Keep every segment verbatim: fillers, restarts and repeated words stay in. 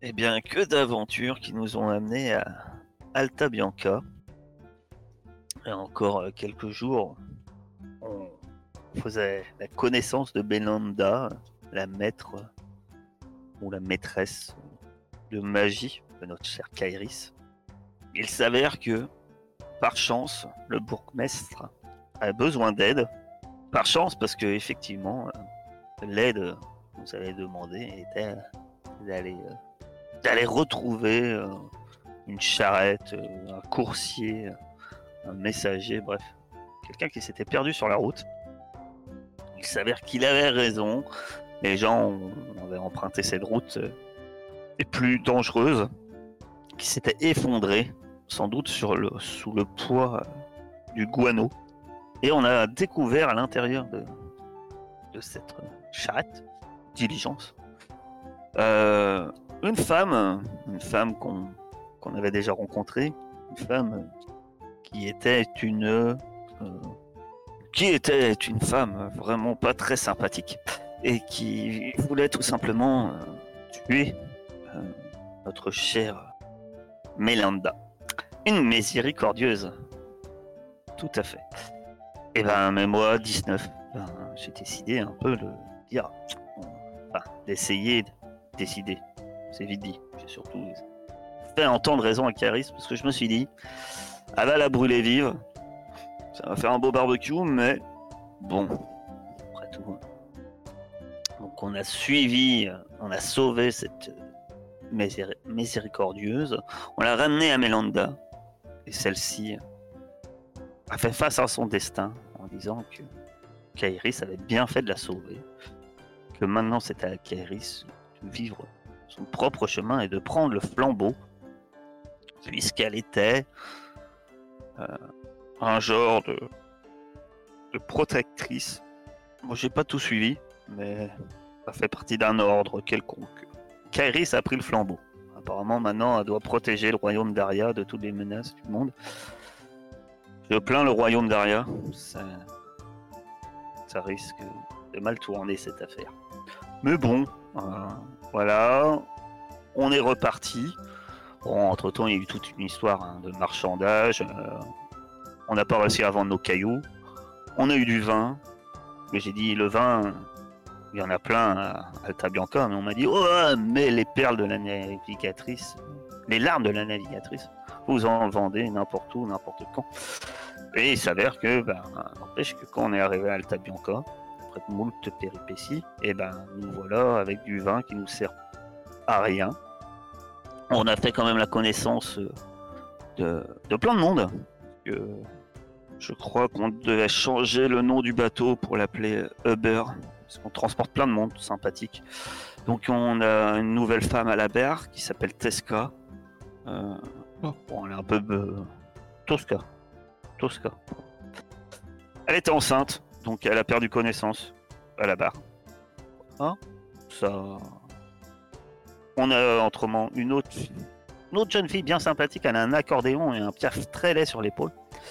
Eh bien, que d'aventures qui nous ont amenés à Alta Bianca. Et encore euh, quelques jours, on faisait la connaissance de Belanda, la maître ou la maîtresse de magie de notre cher Kairis. Il s'avère que, par chance, le bourgmestre a besoin d'aide. Par chance, parce que effectivement, euh, l'aide que vous avez demandé était d'aller, euh, d'aller retrouver euh, une charrette, euh, un coursier, un messager, bref, quelqu'un qui s'était perdu sur la route. Il s'avère qu'il avait raison. Les gens ont, avaient emprunté cette route euh, les plus dangereuse, qui s'était effondrée, sans doute sur le, sous le poids euh, du guano. Et on a découvert à l'intérieur de, de cette charrette, diligence, euh, une femme, une femme qu'on qu'on avait déjà rencontrée, une femme qui était une euh, qui était une femme vraiment pas très sympathique et qui voulait tout simplement euh, tuer euh, notre chère Mélanda. Une miséricordieuse. Tout à fait. Et ben, mais moi, dix-neuf, ben, j'ai décidé un peu de dire, enfin, d'essayer de décider. C'est vite dit. J'ai surtout fait entendre raison à Caris parce que je me suis dit, elle va la brûler vive. Ça va faire un beau barbecue, mais bon, après tout. Donc on a suivi, on a sauvé cette miséri- miséricordieuse. On l'a ramenée à Mélanda. Et celle-ci a fait face à son destin en disant que Kairis avait bien fait de la sauver. Que maintenant c'est à Kairis de vivre son propre chemin et de prendre le flambeau. Puisqu'elle était euh, un genre de, de protectrice. Moi j'ai pas tout suivi, mais ça fait partie d'un ordre quelconque. Kairis a pris le flambeau. Apparemment maintenant elle doit protéger le royaume d'Aria de toutes les menaces du monde. Je plains le royaume d'Aria, ça, ça risque de mal tourner cette affaire. Mais bon, euh, voilà, on est reparti. Bon, entre temps, il y a eu toute une histoire hein, de marchandage. Euh, on n'a pas réussi à vendre nos cailloux. On a eu du vin. Mais j'ai dit, le vin, il y en a plein à Alta Bianca. Mais on m'a dit, oh, mais les perles de la navigatrice, les larmes de la navigatrice, vous en vendez n'importe où, n'importe quand. Et il s'avère que, ben, n'empêche que quand on est arrivé à Alta Bianca, après de moult péripéties, et ben, nous voilà avec du vin qui nous sert à rien. On a fait quand même la connaissance de, de plein de monde. Que je crois qu'on devait changer le nom du bateau pour l'appeler Uber, parce qu'on transporte plein de monde sympathique. Donc on a une nouvelle femme à la berre qui s'appelle Tesca. Euh, oh. Bon, elle est un peu... Euh, Tosca. Tosca. Elle était enceinte, donc elle a perdu connaissance à la barre. Hein ça... On a autrement une autre, une autre jeune fille bien sympathique, elle a un accordéon et un piaf très laid sur l'épaule.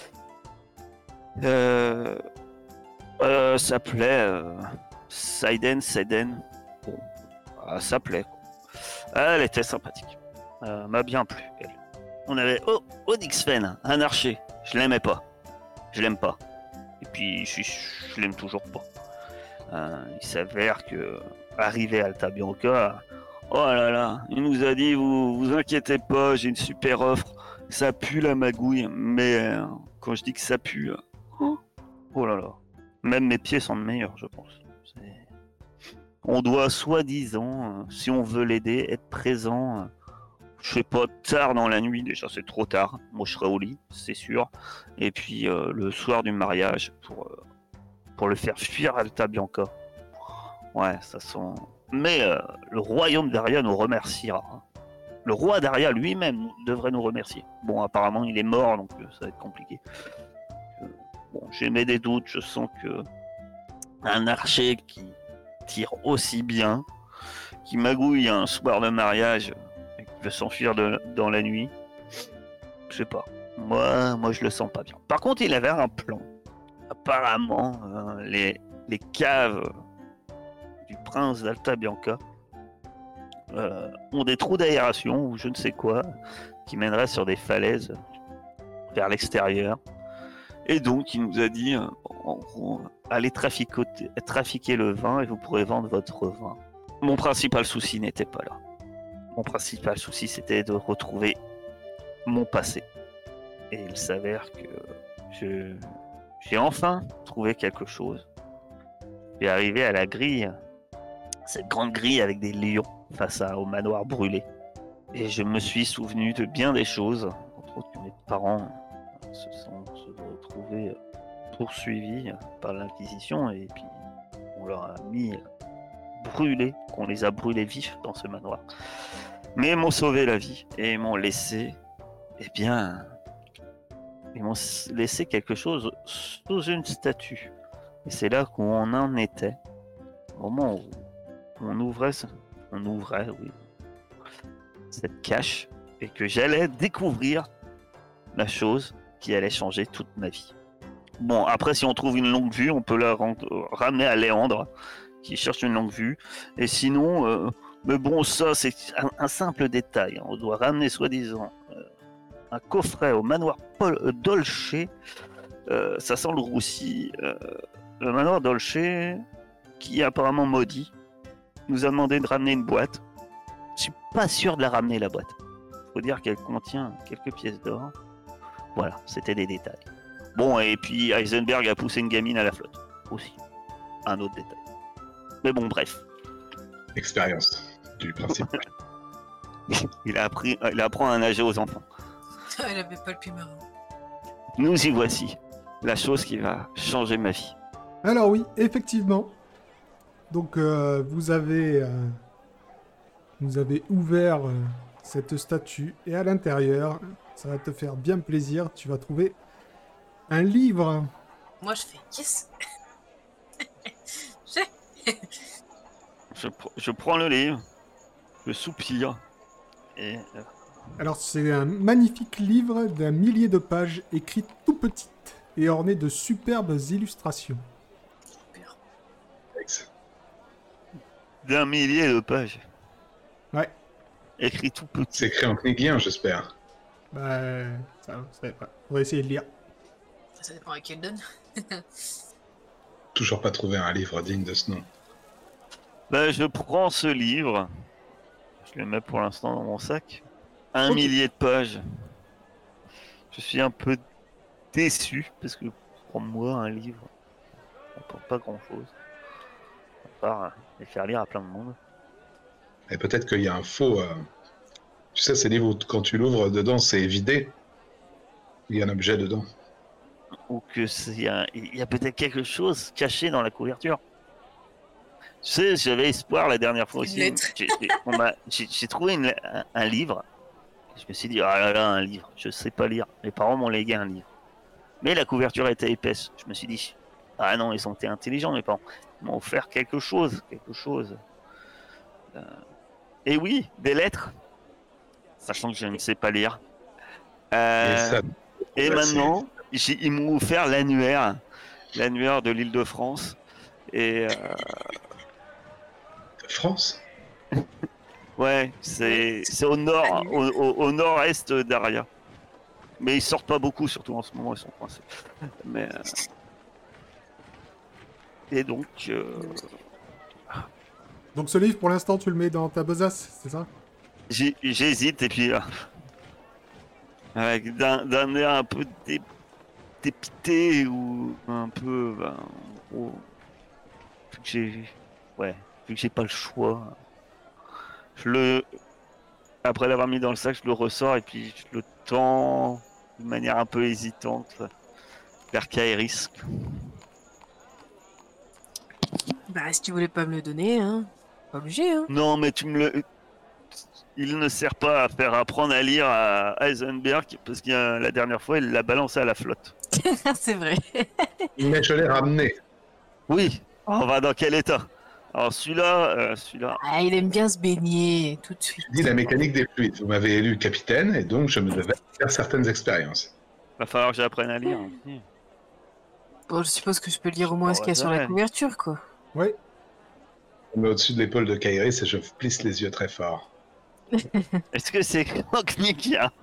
Euh, euh, s'appelait euh, Saiden, Saiden. Bon, euh, s'appelait. Elle était sympathique. Euh, m'a bien plu, elle. On avait oh, Onyxfen, un archer. Je l'aimais pas. Je l'aime pas. Et puis, je, je l'aime toujours pas. Euh, il s'avère que, arrivé à Alta Bianca, oh là là, il nous a dit, vous vous inquiétez pas, j'ai une super offre. Ça pue la magouille, mais euh, quand je dis que ça pue, oh, oh là là, même mes pieds sont meilleurs, je pense. C'est... On doit soi-disant, euh, si on veut l'aider, être présent, euh, je sais pas, tard dans la nuit, déjà c'est trop tard, moi je serai au lit, c'est sûr, et puis euh, le soir du mariage, pour, euh, pour le faire fuir Alta Bianca. Ouais, ça sent... Mais euh, le royaume d'Aria nous remerciera. Le roi d'Aria lui-même devrait nous remercier. Bon, apparemment, il est mort, donc euh, ça va être compliqué. Euh, bon, j'ai mes des doutes. Je sens que un archer qui tire aussi bien, qui magouille un soir de mariage, et qui veut s'enfuir de, dans la nuit, je sais pas. Moi, moi, je le sens pas bien. Par contre, il avait un plan. Apparemment, euh, les, les caves du prince d'Alta Bianca euh, ont des trous d'aération ou je ne sais quoi qui mèneraient sur des falaises vers l'extérieur. Et donc, il nous a dit, euh, en gros, allez traficoter- trafiquer le vin et vous pourrez vendre votre vin. Mon principal souci n'était pas là. Mon principal souci, c'était de retrouver mon passé. Et il s'avère que je, j'ai enfin trouvé quelque chose. Je suis arrivé à la grille, cette grande grille avec des lions face à, au manoir brûlé. Et je me suis souvenu de bien des choses, entre autres que mes parents se sont se retrouvés poursuivis par l'Inquisition et puis on leur a mis brûlés, qu'on les a brûlés vifs dans ce manoir. Mais ils m'ont sauvé la vie et ils m'ont laissé, eh bien, ils m'ont laissé quelque chose sous une statue. Et c'est là où on en était, au moment où on ouvrait, on ouvrait, oui, cette cache et que j'allais découvrir la chose qui allait changer toute ma vie. Bon, après, si on trouve une longue vue, on peut la ramener à Léandre, qui cherche une longue vue. Et sinon, euh, mais bon, ça, c'est un, un simple détail. On doit ramener, soi-disant, euh, un coffret au manoir Paul, euh, Dolce. Euh, ça sent le roussi. Euh, le manoir Dolce, qui est apparemment maudit, nous a demandé de ramener une boîte. Je suis pas sûr de la ramener, la boîte. Faut dire qu'elle contient quelques pièces d'or. Voilà, c'était des détails. Bon, et puis Heisenberg a poussé une gamine à la flotte. Aussi. Un autre détail. Mais bon, bref. Expérience du principe. il, a appris, il apprend à nager aux enfants. Il avait pas le plus marrant. Nous y voici. La chose qui va changer ma vie. Alors oui, effectivement. Donc euh, vous avez... Euh, vous avez ouvert euh, cette statue et à l'intérieur, ça va te faire bien plaisir, tu vas trouver un livre. Moi, je fais yes. je, pr- je prends le livre, je soupire et... Euh... Alors c'est un magnifique livre d'un millier de pages, écrit tout petite et orné de superbes illustrations. Super. D'un millier de pages. Ouais. Écrit tout petit. C'est écrit en kniglien, j'espère. Bah, ça, ça va. On va essayer de lire. Ça dépend à qui elle donne. Toujours pas trouvé un livre digne de ce nom. Bah, je prends ce livre. Je le mets pour l'instant dans mon sac. Un okay. millier de pages. Je suis un peu déçu parce que pour moi, un livre, ça n'apporte pas grand-chose. À part euh, les faire lire à plein de monde. Et peut-être qu'il y a un faux... Euh... Tu sais, ces livres où quand tu l'ouvres, dedans, c'est vidé. Il y a un objet dedans. Ou que c'est il y a, y a peut-être quelque chose caché dans la couverture. Tu sais, j'avais espoir la dernière fois aussi. J'ai, on m'a, j'ai, j'ai trouvé une, un, un livre. Je me suis dit, ah là là, un livre, je sais pas lire. Mes parents m'ont légué un livre. Mais la couverture était épaisse. Je me suis dit, ah non, ils ont été intelligents, mes parents. Ils m'ont offert quelque chose, quelque chose. Euh... Et oui, des lettres. Sachant que je ne sais pas lire. Euh... Et, ça, et maintenant, j'ai, ils m'ont offert l'annuaire. L'annuaire de l'Île-de-France. Et... Euh... France. Ouais, c'est, c'est au nord, au, au, au nord-est d'Aria. Mais ils sortent pas beaucoup, surtout en ce moment, ils sont coincés. Mais euh... et donc. Euh... Donc ce livre, pour l'instant, tu le mets dans ta besace, c'est ça? J'ai, J'hésite et puis euh... avec d'un, d'un air un peu dé, dépité ou un peu, ben, en gros, vu que j'ai, ouais, vu que j'ai pas le choix. Je le... Après l'avoir mis dans le sac, je le ressors et puis je le tends de manière un peu hésitante vers Kaeris. Bah, si tu voulais pas me le donner, hein, pas obligé, hein. Non, mais tu me le... Il ne sert pas à faire apprendre à lire à Heisenberg parce que la dernière fois, il l'a balancé à la flotte. C'est vrai. Mais je l'ai ramené. Oui, on va dans quel état? Alors celui-là, euh, celui-là... Ah, il aime bien se baigner, tout de suite. Je dis la mécanique des fluides. Vous m'avez élu capitaine et donc je me devais faire certaines expériences. Va falloir que j'apprenne à lire. Bon, je suppose que je peux lire au moins oh, ce qu'il y a ouais, sur la couverture, quoi. Oui. me mets au-dessus de l'épaule de Kairis et je plisse les yeux très fort. Est-ce que c'est Nikia?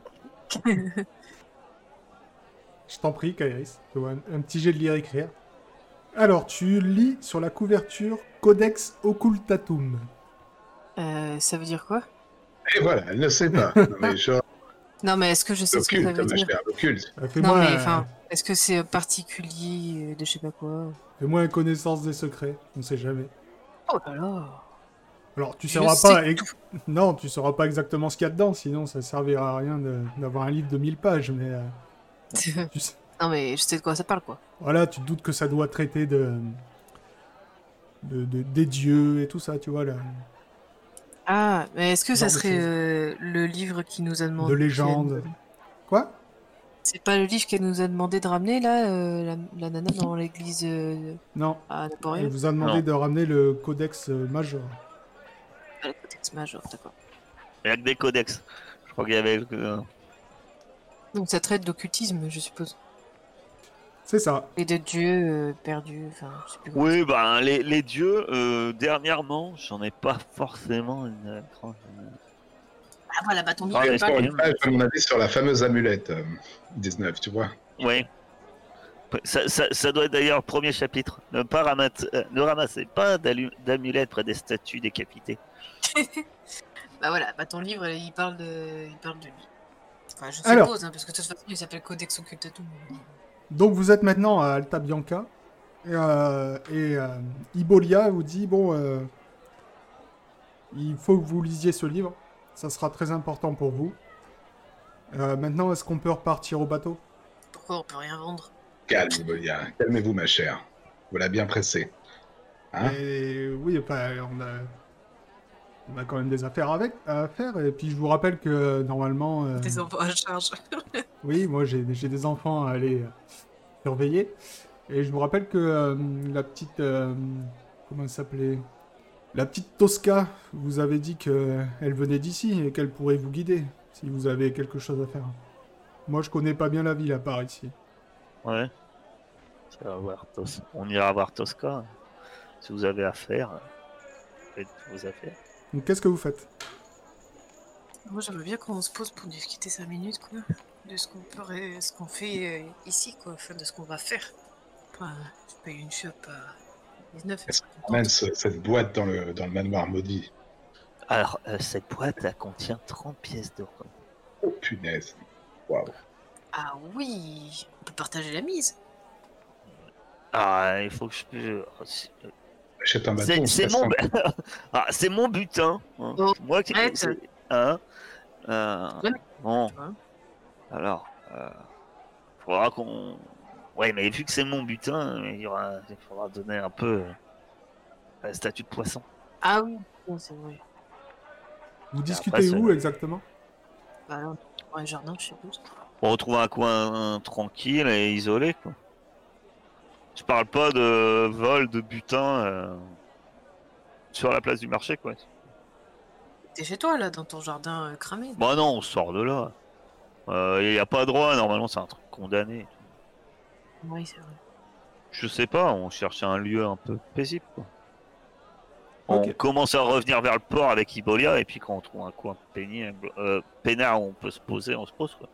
Je t'en prie, Kairis. Tu vois, un, un petit jet de lire écrire. Alors, tu lis sur la couverture Codex Occultatum. Euh, ça veut dire quoi? Et voilà, elle ne sait pas. Non, mais genre, Non, mais est-ce que je sais ce que ça l'occulte, veut ma dire? chère, l'occulte. Euh, Non, Fais-moi mais un- enfin, est-ce que c'est particulier euh, de je sais pas quoi? fais-moi une connaissance des secrets. On sait jamais. Oh là là! Alors, tu Je sauras sais pas... tout. Non, tu sauras pas exactement ce qu'il y a dedans, sinon ça servira à rien de- d'avoir un livre de mille pages, mais... euh, tu sais- Non, mais je sais de quoi ça parle, quoi. Voilà, tu te doutes que ça doit traiter de... de- de- des dieux et tout ça, tu vois, là. Ah, mais est-ce que Ce ça genre de serait choses. euh, le livre qui nous a demandé... De légendes. Quoi? C'est pas le livre qu'elle nous a demandé de ramener, là, euh, la, la nana dans l'église euh, Non. à Elle Napoléon? vous a demandé Non. de ramener le codex euh, major. Ah, le codex major, d'accord. Il y a que des codex. Je crois qu'il y avait. euh, Donc ça traite d'occultisme, je suppose. C'est ça. Et de dieux euh, perdus, enfin, je sais plus comment Oui, ben les, les dieux, euh, dernièrement, j'en ai pas forcément une grande. Ah voilà, bah ton Ah, livre mais parle Sur c'est- une page, à mon avis, sur la fameuse amulette euh, dix-neuf, tu vois. Oui. Ça, ça, ça doit être d'ailleurs le premier chapitre. Ne, pas ramat- euh, ne ramassez pas d'alu- d'amulettes près des statues décapitées. Bah voilà, bah ton livre, il parle de, il parle de lui. Enfin, je Alors. suppose, hein, parce que de toute façon, il s'appelle Codex Occultatum. Donc vous êtes maintenant à Alta Bianca. Et, euh, et euh, Ibolia vous dit, bon, euh, il faut que vous lisiez ce livre. Ça sera très important pour vous. Euh, maintenant, est-ce qu'on peut repartir au bateau? Pourquoi on peut rien vendre? Calme, Bolia. Calmez-vous, ma chère. Vous l'avez bien pressé. Hein? Et oui, enfin, on a, on a quand même des affaires avec, à faire. Et puis je vous rappelle que normalement... euh, Des enfants à charge. Oui, moi j'ai j'ai des enfants à aller euh, surveiller. Et je vous rappelle que euh, la petite... euh, comment elle s'appelait? La petite Tosca vous avait dit qu'elle venait d'ici et qu'elle pourrait vous guider si vous avez quelque chose à faire. Moi je connais pas bien la ville à part ici. Ouais. Ça va voir Tos- On ira voir Tosca. Si vous avez affaire, faites vos affaires. Donc qu'est-ce que vous faites? Moi, j'aimerais bien qu'on se pose pour discuter cinq minutes, quoi. De ce qu'on peut, ré- ce qu'on fait euh, ici, quoi. Enfin, de ce qu'on va faire. Enfin, je paye une chope à dix-neuf. elle Est-ce sera qu'on contente. emmène ce- cette boîte dans le, dans le manoir maudit? Alors, euh, cette boîte, elle contient trente pièces d'or. Oh, punaise. Waouh. Ah oui, on peut partager la mise. Ah, il faut que je... je- c'est- Achète un bateau, C'est on se c'est passe mon, un- ah, c'est mon butin. Hein. Oh, Moi qui. arrête. c'est- Hein Euh, Ouais. bon, Tu vois. alors, euh, faudra qu'on. Ouais, mais vu que c'est mon butin, il y aura, il faudra donner un peu euh, la statue de poisson. Ah oui, non, c'est vrai. Vous après, discutez c'est- où exactement? Bah, là, dans un jardin, je suppose. On retrouve un coin tranquille et isolé, quoi. Je parle pas de vol de butin euh, sur la place du marché, quoi. T'es chez toi, là, dans ton jardin euh, cramé. Bah non, on sort de là. Il n'y a pas droit, normalement, c'est un truc condamné. Oui, c'est vrai. Je sais pas, on cherchait un lieu un peu paisible, quoi. On Ok. commence à revenir vers le port avec Ibolia, et puis quand on trouve un coin pénible, euh, peinard où on peut se poser, on se pose, quoi.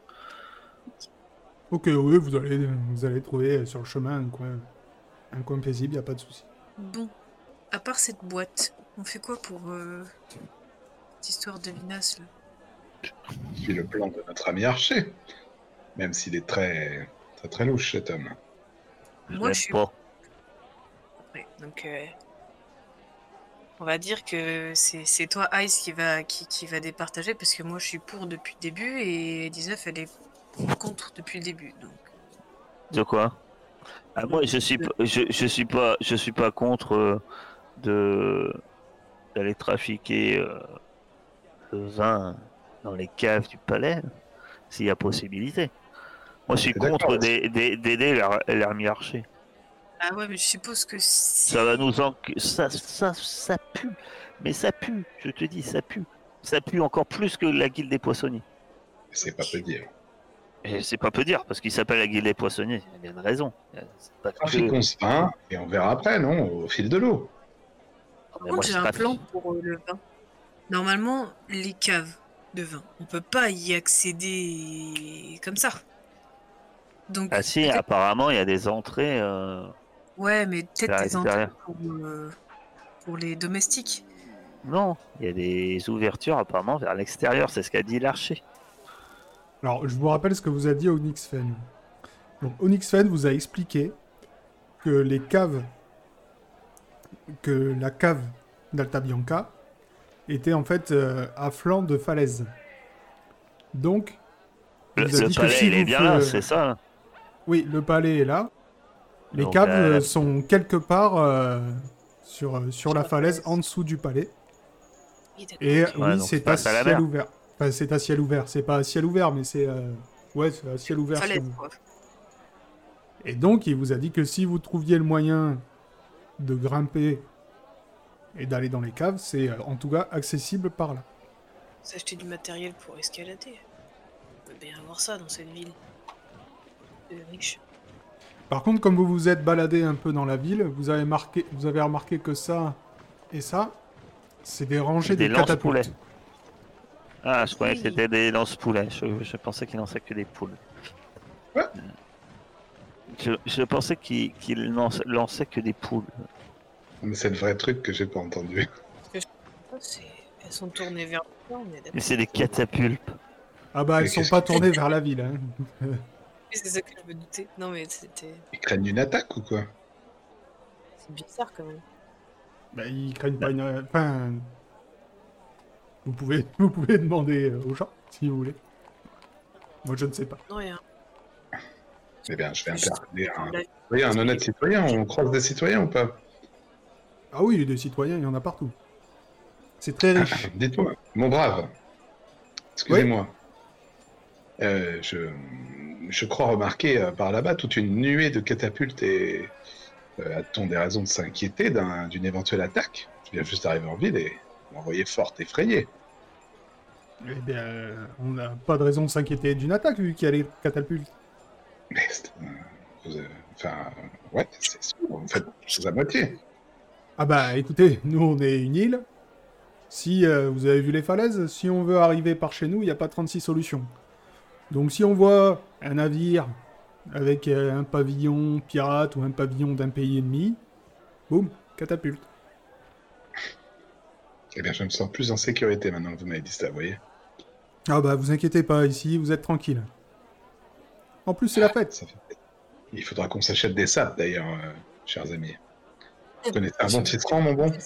Ok, oui, vous allez, vous allez trouver sur le chemin un coin, un coin paisible, y a pas de souci. Bon, à part cette boîte, on fait quoi pour euh, cette histoire de Vinas, là? Puis le plan de notre ami Archer. Même s'il est très, très, très louche, cet homme. Je Moi, l'aime je suis- pas. Ouais, donc, euh, on va dire que c'est c'est toi, Ice, qui va, qui, qui va départager, parce que moi, je suis pour depuis le début, et dix-neuf, elle est contre depuis le début. Donc, De quoi? Ah, moi, je suis, pas- je, je suis pas, je suis pas contre euh, de d'aller trafiquer euh, le vin dans les caves du palais, s'il y a possibilité. Moi, je suis T'es d'accord, contre là-dessus des- des- d'aider l'ar- l'armée archer. ah ouais, mais je suppose que si... Ça va nous en... ça, ça, ça pue. Mais ça pue, je te dis, ça pue. Ça pue encore plus que la guilde des poissonniers. C'est pas peu dire. Et c'est pas peu dire, parce qu'il s'appelle la guilde des poissonniers. Il y a une raison. C'est pas que- Trafiquons ce pain et on verra après, non? Au fil de l'eau. Par Mais contre, moi, j'ai je un trafique. plan pour euh, le vin. Normalement, les caves de vin, on peut pas y accéder comme ça. Donc, Ah si, peut-être, apparemment, il y a des entrées euh, ouais, mais peut-être vers des entrées l'extérieur. pour, euh, pour les domestiques. Non, il y a des ouvertures apparemment vers l'extérieur, c'est ce qu'a dit l'archer. Alors, je vous rappelle ce que vous a dit Onyx Fen. Donc, Onyx Fen vous a expliqué que les caves, que la cave d'Alta Bianca était en fait euh, à flanc de falaise. Donc, il Le, vous a le dit que palais, si il est vous... bien là, fe- c'est ça. Oui, le palais est là. Les Donc, caves la- euh, la- sont quelque part euh, sur, euh, sur Sur la la falaise falaise. en dessous du palais. Oui, d'accord, Et ok. Ouais, oui, donc c'est c'est à face à la ciel mer. ouvert. Enfin, c'est à ciel ouvert. C'est pas à ciel ouvert, mais c'est... euh, Ouais, c'est à ciel ouvert si on Falaise, veut. quoi. Et donc, il vous a dit que si vous trouviez le moyen de grimper et d'aller dans les caves, c'est euh, en tout cas accessible par là. S'acheter du matériel pour escalader. On peut bien avoir ça dans cette ville. De riches. Par contre, comme vous vous êtes baladé un peu dans la ville, vous avez, marqué, vous avez remarqué que ça et ça, c'est des rangées Des de lance-poulets. catapultes. Ah, je croyais Oui. que c'était des lance-poulets. Je, je pensais qu'il lançait que des poules. Ouais. Je, je pensais qu'il qu'il lance- lançait que des poules. Mais c'est le vrai truc que j'ai pas entendu. Oh, c'est- Elles sont tournées vers le nord, on est Mais d'accord. c'est des catapultes. Ah bah, elles Mais sont qu'est-ce pas que- tournées vers la ville. Hein. Oui, c'est ça que je me doutais. Non, mais c'était. Ils craignent une attaque ou quoi? C'est bizarre quand même. Bah, ils craignent pas une... Enfin... Vous pouvez, vous pouvez demander euh, aux gens, si vous voulez. Moi, je ne sais pas. Non, rien. Eh bien, je vais Juste- interpeller un, La- citoyen, un honnête citoyen. On croise des citoyens ou pas? Ah oui, des citoyens, il y en a partout. C'est très riche. Dites-moi, mon brave. Excusez-moi. Euh, je, je crois remarquer euh, par là-bas toute une nuée de catapultes et euh, a-t-on des raisons de s'inquiéter d'un- d'une éventuelle attaque? Je viens juste d'arriver en ville et vous m'envoyez fort effrayé. Eh bien, euh, on n'a pas de raison de s'inquiéter d'une attaque vu qu'il y a les catapultes. Mais, c'est- euh, vous, euh, enfin, ouais, c'est sûr, vous faites les choses à moitié. Ah bah écoutez, nous on est une île. Si euh, vous avez vu les falaises, si on veut arriver par chez nous, il n'y a pas trente-six solutions. Donc si on voit un navire avec euh, un pavillon pirate ou un pavillon d'un pays ennemi, boum, catapulte. Eh bien, je me sens plus en sécurité maintenant que vous m'avez dit ça, vous voyez. Ah bah vous inquiétez pas, ici vous êtes tranquille. En plus c'est la fête. Ça fait- Il faudra qu'on s'achète des sables, d'ailleurs, euh, chers amis. Vous connaissez un bon tisserand, mon bon?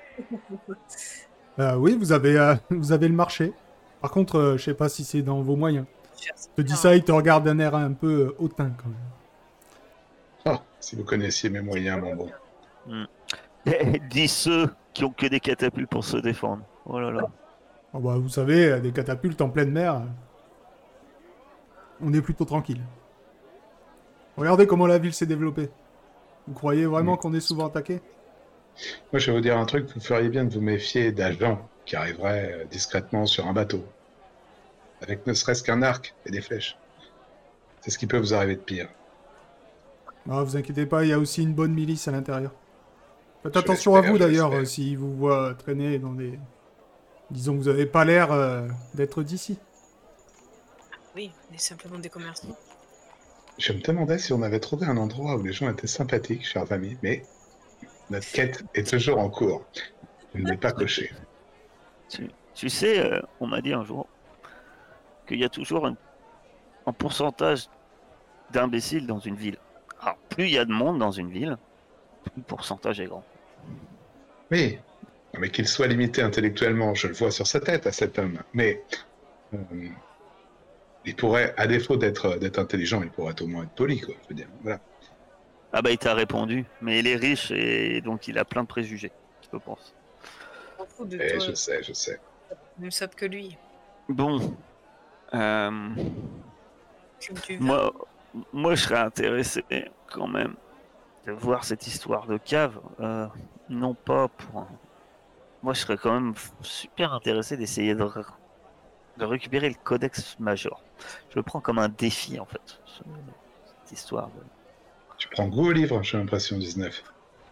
Euh, oui, vous avez, euh, vous avez le marché. Par contre, euh, je sais pas si c'est dans vos moyens. Je te dis ça, il te regarde d'un air un peu euh, hautain quand même. Oh, si vous connaissiez mes moyens, mon bon. Dis ceux qui ont que des catapultes pour se défendre. Oh là là. Oh bah, vous savez, euh, des catapultes en pleine mer, euh, on est plutôt tranquille. Regardez comment la ville s'est développée. Vous croyez vraiment Mm. qu'on est souvent attaqué? Moi, je vais vous dire un truc, vous feriez bien de vous méfier d'agents qui arriveraient euh, discrètement sur un bateau. Avec ne serait-ce qu'un arc et des flèches. C'est ce qui peut vous arriver de pire. Ah, vous inquiétez pas, il y a aussi une bonne milice à l'intérieur. Faites Je attention à l'espère, vous je d'ailleurs, l'espère. euh, s'ils vous voient traîner dans des... Disons que vous avez pas l'air euh, d'être d'ici. Oui, on est simplement des commerçants. Je me demandais si on avait trouvé un endroit où les gens étaient sympathiques, chers amis, mais notre quête est toujours en cours. Je ne l'ai pas coché. Tu, tu sais, euh, on m'a dit un jour qu'il y a toujours un, un pourcentage d'imbéciles dans une ville. Alors, plus il y a de monde dans une ville, plus le pourcentage est grand. Oui, mais qu'il soit limité intellectuellement, je le vois sur sa tête à cet homme. Mais euh, il pourrait, à défaut d'être d'être intelligent, il pourrait au moins être poli, quoi. Je veux dire, voilà. Ah bah il t'a répondu, mais il est riche et donc il a plein de préjugés, je pense. On s'en fout de Eh, toi, je sais, je sais. même sape que lui. Bon, euh, Comme tu veux. moi, moi je serais intéressé quand même de voir cette histoire de cave, euh, non pas pour... un- Moi je serais quand même super intéressé d'essayer de, re- de récupérer le codex major. Je le prends comme un défi en fait, ce- cette histoire. de- Tu prends goût au livre, j'ai l'impression, dix-neuf.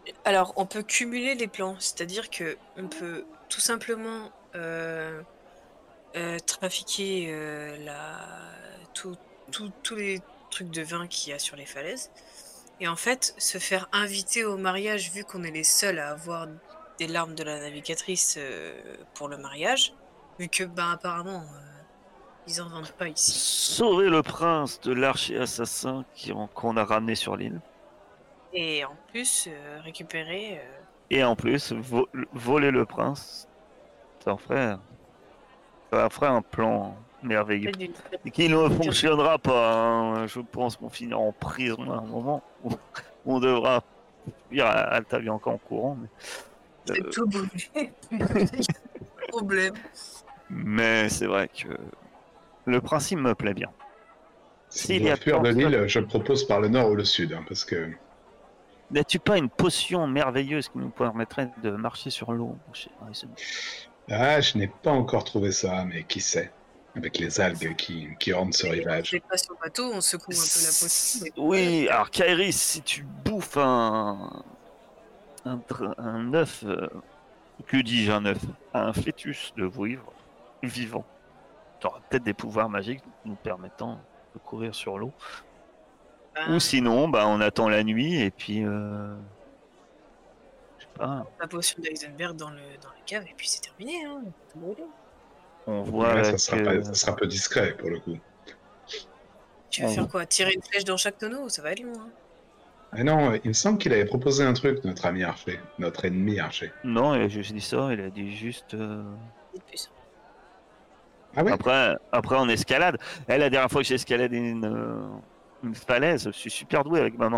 Alors, on peut cumuler les plans, c'est-à-dire que on peut tout simplement euh, euh, trafiquer euh, la... tout- tout- tous les trucs de vin qu'il y a sur les falaises, et en fait, se faire inviter au mariage, vu qu'on est les seuls à avoir des larmes de la navigatrice euh, pour le mariage, vu que, ben, apparemment, euh, ils en vendent pas ici. Sauver le prince de l'archer assassin qui- qu'on a ramené sur l'île. Et en plus, euh, récupérer... euh, Et en plus, vo- voler le prince. Ça en ferait, ça en ferait un plan merveilleux. peut-être d'une- Et qui ne fonctionnera pas. Hein. Je pense qu'on finira en prison à un moment. Où on devra fuir à Alta Bianca en courant. Mais, C'est euh, tout brûlé. Problème. mais c'est vrai que le principe me plaît bien. Si S'il on y a doit fuir de personne- l'île, je propose par le nord ou le sud, hein, parce que N'as-tu pas une potion merveilleuse qui nous permettrait de marcher sur l'eau, mon cher Harrison? ah, je n'ai pas encore trouvé ça, mais qui sait, avec les algues qui, qui ornent ce rivage. C'est pas sur le bateau, on secoue un peu la potion. mais- Oui, alors Kairis, si tu bouffes un un, dr- un œuf, euh, que dis-je un œuf, un fœtus de vouivre vivant, tu auras peut-être des pouvoirs magiques nous permettant de courir sur l'eau. Ben, Ou sinon, bah, on attend la nuit et puis, euh, je sais pas, la potion d'Eisenberg dans, le, dans la cave, et puis c'est terminé. Hein. Tout brûlé. on voit Ouais, ça, avec, sera euh, pas, ça sera peu discret pour le coup. Tu veux On- faire quoi? Tirer une flèche dans chaque tonneau? Ça va être long. Hein. Ah non, il me semble qu'il avait proposé un truc, notre ami Archer, notre ennemi Archer. non, il a juste dit ça, il a dit juste. euh, Vite plus. Ah ouais Après, après, on escalade. Eh, la dernière fois que j'ai escaladé une, euh, une falaise, je suis super doué avec ma main.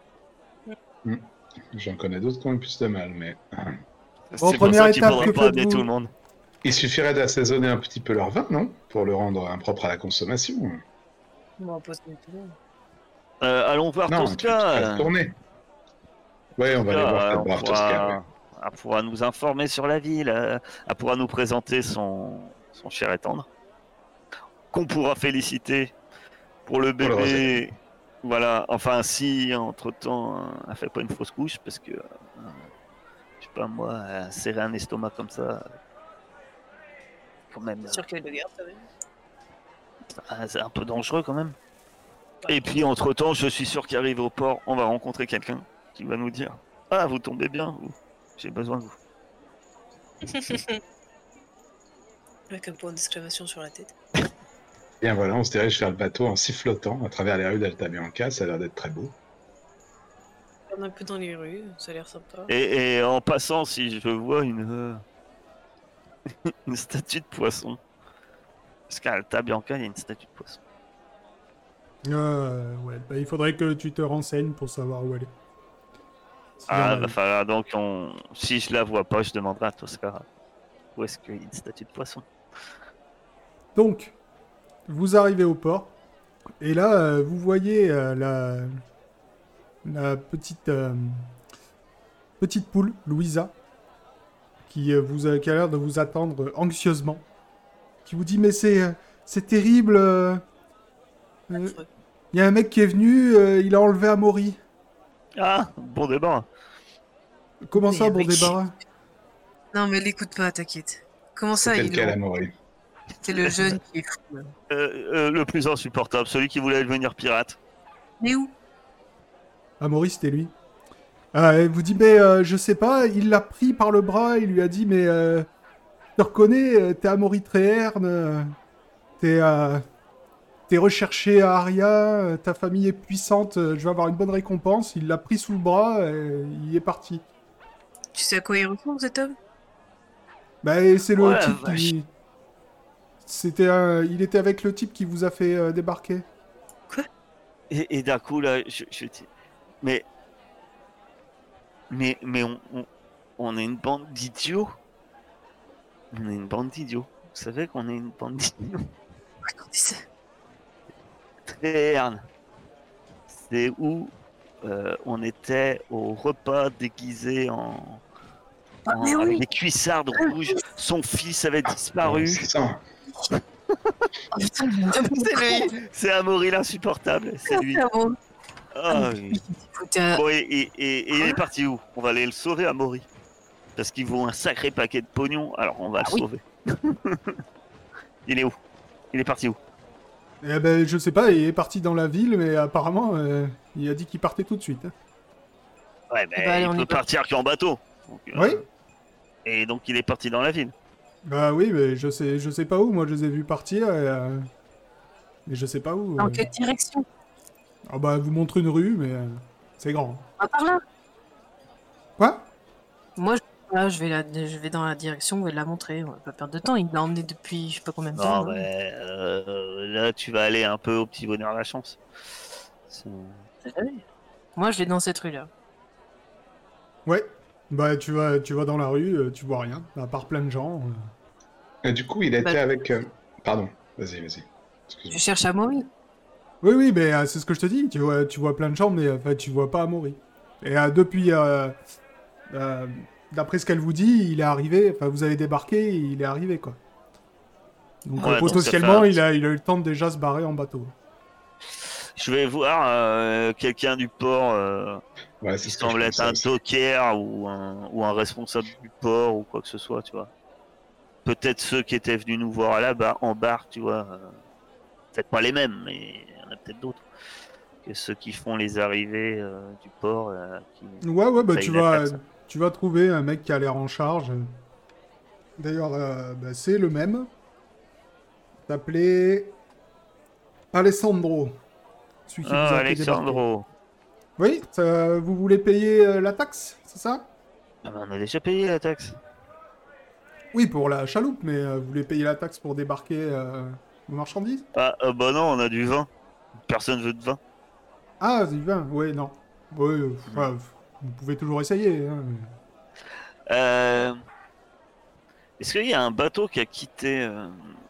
J'en connais d'autres qui ont eu plus de mal, mais C'est Bon, pour première ça qu'il étape, faudrait que pas amener faites-vous tout le monde. il suffirait d'assaisonner un petit peu leur vin, non? Pour le rendre impropre à la consommation. On va poser tout le monde. Euh, allons voir Non, tu, tu Tosca. fais euh, tourner. Ouais, on va aller Tosca, voir euh, cette on brave pourra- Tosca. ouais. Elle pourra nous informer sur la ville. euh, Elle pourra nous présenter son, son cher et tendre. Qu'on pourra féliciter pour le Pour le bébé. Voilà, enfin, si entre temps elle fait pas une fausse couche, parce que, euh, je sais pas moi, euh, serrer un estomac comme ça, euh, quand même, C'est sûr qu'il y a de garde quand même. euh, c'est un peu dangereux quand même. Et puis entre temps, je suis sûr qu'arrivé au port, on va rencontrer quelqu'un qui va nous dire: ah, vous tombez bien, vous. J'ai besoin de vous. Avec un point d'exclamation sur la tête. Bien voilà, on se dirige vers le bateau en sifflotant à travers les rues d'Alta Bianca, ça a l'air d'être très beau. On est un peu dans les rues, ça a l'air sympa. Et, et en passant, si je vois une, euh, une statue de poisson. Parce qu'à Alta Bianca, il y a une statue de poisson. Euh, ouais, bah, il faudrait que tu te renseignes pour savoir où elle est. Si Ah, y en a va une. falloir donc, on... si je la vois pas, je demanderai à Tosca où est-ce qu'il y a une statue de poisson. Donc, vous arrivez au port, et là, euh, vous voyez euh, la, la petite, euh, petite poule, Louisa, qui, euh, vous a, qui a l'air de vous attendre anxieusement, qui vous dit « Mais c'est euh, c'est terrible, euh, euh, Affreux. il y a un mec qui est venu, euh, il a enlevé Amaury. Ah, bon débat. » Comment Mais ça, bon mec. débarras? Non, mais l'écoute pas, t'inquiète. Comment ça, C'est il quel Amaury? C'est le jeune qui est fou. là. Euh, euh, le plus insupportable, celui qui voulait devenir pirate. Mais où? Amaury, c'était lui. Ah, il vous dit « Mais euh, je sais pas, il l'a pris par le bras, il lui a dit « Mais euh, je te reconnais, euh, t'es Amaury Tréherne, euh, t'es euh, t'es recherché à Aria, euh, ta famille est puissante, euh, je vais avoir une bonne récompense. » Il l'a pris sous le bras et il est parti. Tu sais à quoi il ressemble cet homme? Bah, et c'est le Ouais, type vache. qui... C'était un... Il était avec le type qui vous a fait euh, débarquer. Et, et d'un coup, là, je, je dis, mais, mais, mais on, on, on est une bande d'idiots. On est une bande d'idiots. Vous savez qu'on est une bande d'idiots. Racontez ça. Tréherne. C'est où euh, on était au repas déguisé en, Ah, en- mais oui. avec des cuissardes rouges. Son fils avait disparu. C'est ça. Oh, putain, C'est lui. C'est Amaury l'insupportable. C'est lui. Ah bon. Ah oui. Écoute, euh, Bon, et, et- et- et il est parti où? On va aller le sauver à Maury. Parce qu'il vaut un sacré paquet de pognon, alors on va Ah le oui. sauver. Il est où? Il est parti où? Eh ben, je sais pas, il est parti dans la ville, mais apparemment, euh, il a dit qu'il partait tout de suite. hein. Ouais, mais Eh ben, allez, il on peut y va. partir qu'en bateau. Donc, euh, Oui. Et donc il est parti dans la ville. Bah oui, mais je sais, je sais pas où. Moi, je les ai vus partir, et, euh, mais je sais pas où. dans euh. quelle direction? Ah bah, elle vous montre une rue, mais euh, c'est grand. Ah, par là. Quoi? Moi, je, là, je vais la, je vais dans la direction, on va la montrer. On va pas perdre de temps. Il l'a emmené depuis je sais pas combien de temps. Non, hein. mais euh, là tu vas aller un peu au petit bonheur de la chance. C'est- Moi, je vais dans cette rue-là. Ouais. Bah, tu vas, tu vas dans la rue, euh, tu vois rien, à part plein de gens. euh. Et du coup, il était Bah, avec. euh, Pardon, vas-y, vas-y. Je Excuse-moi. cherche à Maury. Oui, oui, mais euh, c'est ce que je te dis. Tu vois, tu vois plein de gens, mais enfin, tu vois pas Amaury. Et euh, depuis, euh, euh, d'après ce qu'elle vous dit, il est arrivé. Enfin, vous avez débarqué, il est arrivé, quoi. Donc, Ouais, euh, donc ça potentiellement, fait un il, a, il a eu le temps de déjà se barrer en bateau. Je vais voir euh, quelqu'un du port euh, Ouais, qui c'est ce que je semble être pensais un aussi. docker ou un, ou un responsable du port ou quoi que ce soit, tu vois. Peut-être ceux qui étaient venus nous voir là-bas en barque, tu vois. euh, Peut-être pas les mêmes, mais il y en a peut-être d'autres. Que ceux qui font les arrivées euh, du port. euh, qui Ouais, ouais, bah, payent tu la vas, taxe. tu vas trouver un mec qui a l'air en charge. D'ailleurs, euh, bah, c'est le même. S'appelait Alessandro. Celui qui vous Ah, a fait débarquer. Alexandro. Oui, ça- vous voulez payer euh, la taxe, c'est ça? Ah, mais on a déjà payé la taxe. Oui, pour la chaloupe, mais euh, vous voulez payer la taxe pour débarquer euh, vos marchandises? Ah, euh, bah non, on a du vin. Personne veut de vin. Ah, c'est bien, oui, non. Oui, euh, enfin, vous pouvez toujours essayer. Hein, mais- Euh, Est-ce qu'il y a un bateau qui a quitté euh,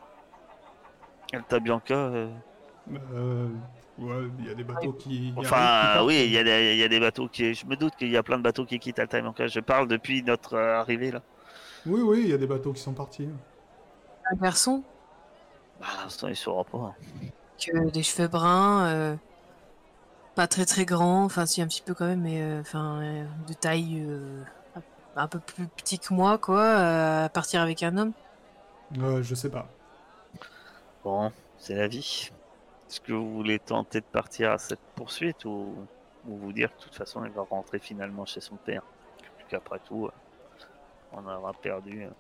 Alta Bianca euh Euh, ouais, il y a des bateaux qui y arrivent, qui Enfin, partent. oui, il y, a des- il y a des bateaux qui. Je me doute qu'il y a plein de bateaux qui quittent Alta Bianca. Je parle depuis notre euh, arrivée là. Oui, oui, il y a des bateaux qui sont partis. Un garçon Bah, à l'instant, il saura pas. qui a des cheveux bruns, euh, pas très très grand, enfin si un petit peu quand même, mais euh, enfin euh, de taille euh, un peu plus petit que moi, quoi, euh, à partir avec un homme. Euh, je sais pas. Bon, c'est la vie. Est-ce que vous voulez tenter de partir à cette poursuite ou, ou vous dire que de toute façon, il va rentrer finalement chez son père? Qu'après tout, euh, on aura perdu euh,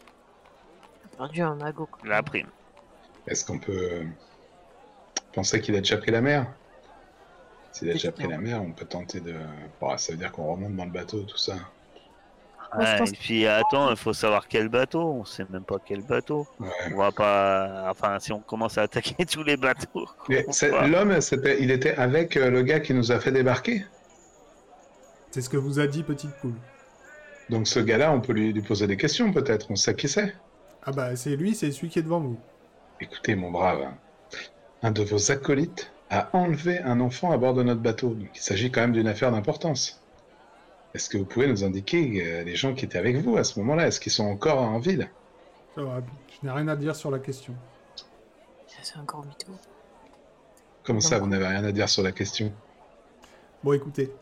Perdu un magot. quoi. la prime. Est-ce qu'on peut euh, penser qu'il a déjà pris la mer? S'il a déjà Peut-être pris non. la mer, on peut tenter de. Bon, ça veut dire qu'on remonte dans le bateau, tout ça. Moi, je Ouais, pense et puis attends, il faut savoir quel bateau. On sait même pas quel bateau. Ouais. On va pas. Enfin, si on commence à attaquer tous les bateaux. Mais on c'est- va- l'homme, c'était- il était avec euh, le gars qui nous a fait débarquer. C'est ce que vous a dit Petite Poule. Donc ce gars-là, on peut lui, lui poser des questions peut-être. On sait qui c'est. Ah bah, c'est lui, c'est celui qui est devant vous. Écoutez, mon brave, un de vos acolytes a enlevé un enfant à bord de notre bateau. Donc il s'agit quand même d'une affaire d'importance. Est-ce que vous pouvez nous indiquer euh, les gens qui étaient avec vous à ce moment-là? Est-ce qu'ils sont encore en ville? Ça va, je n'ai rien à dire sur la question. C'est un gros mytho. Comment ça, Donc- vous n'avez rien à dire sur la question? Bon, écoutez.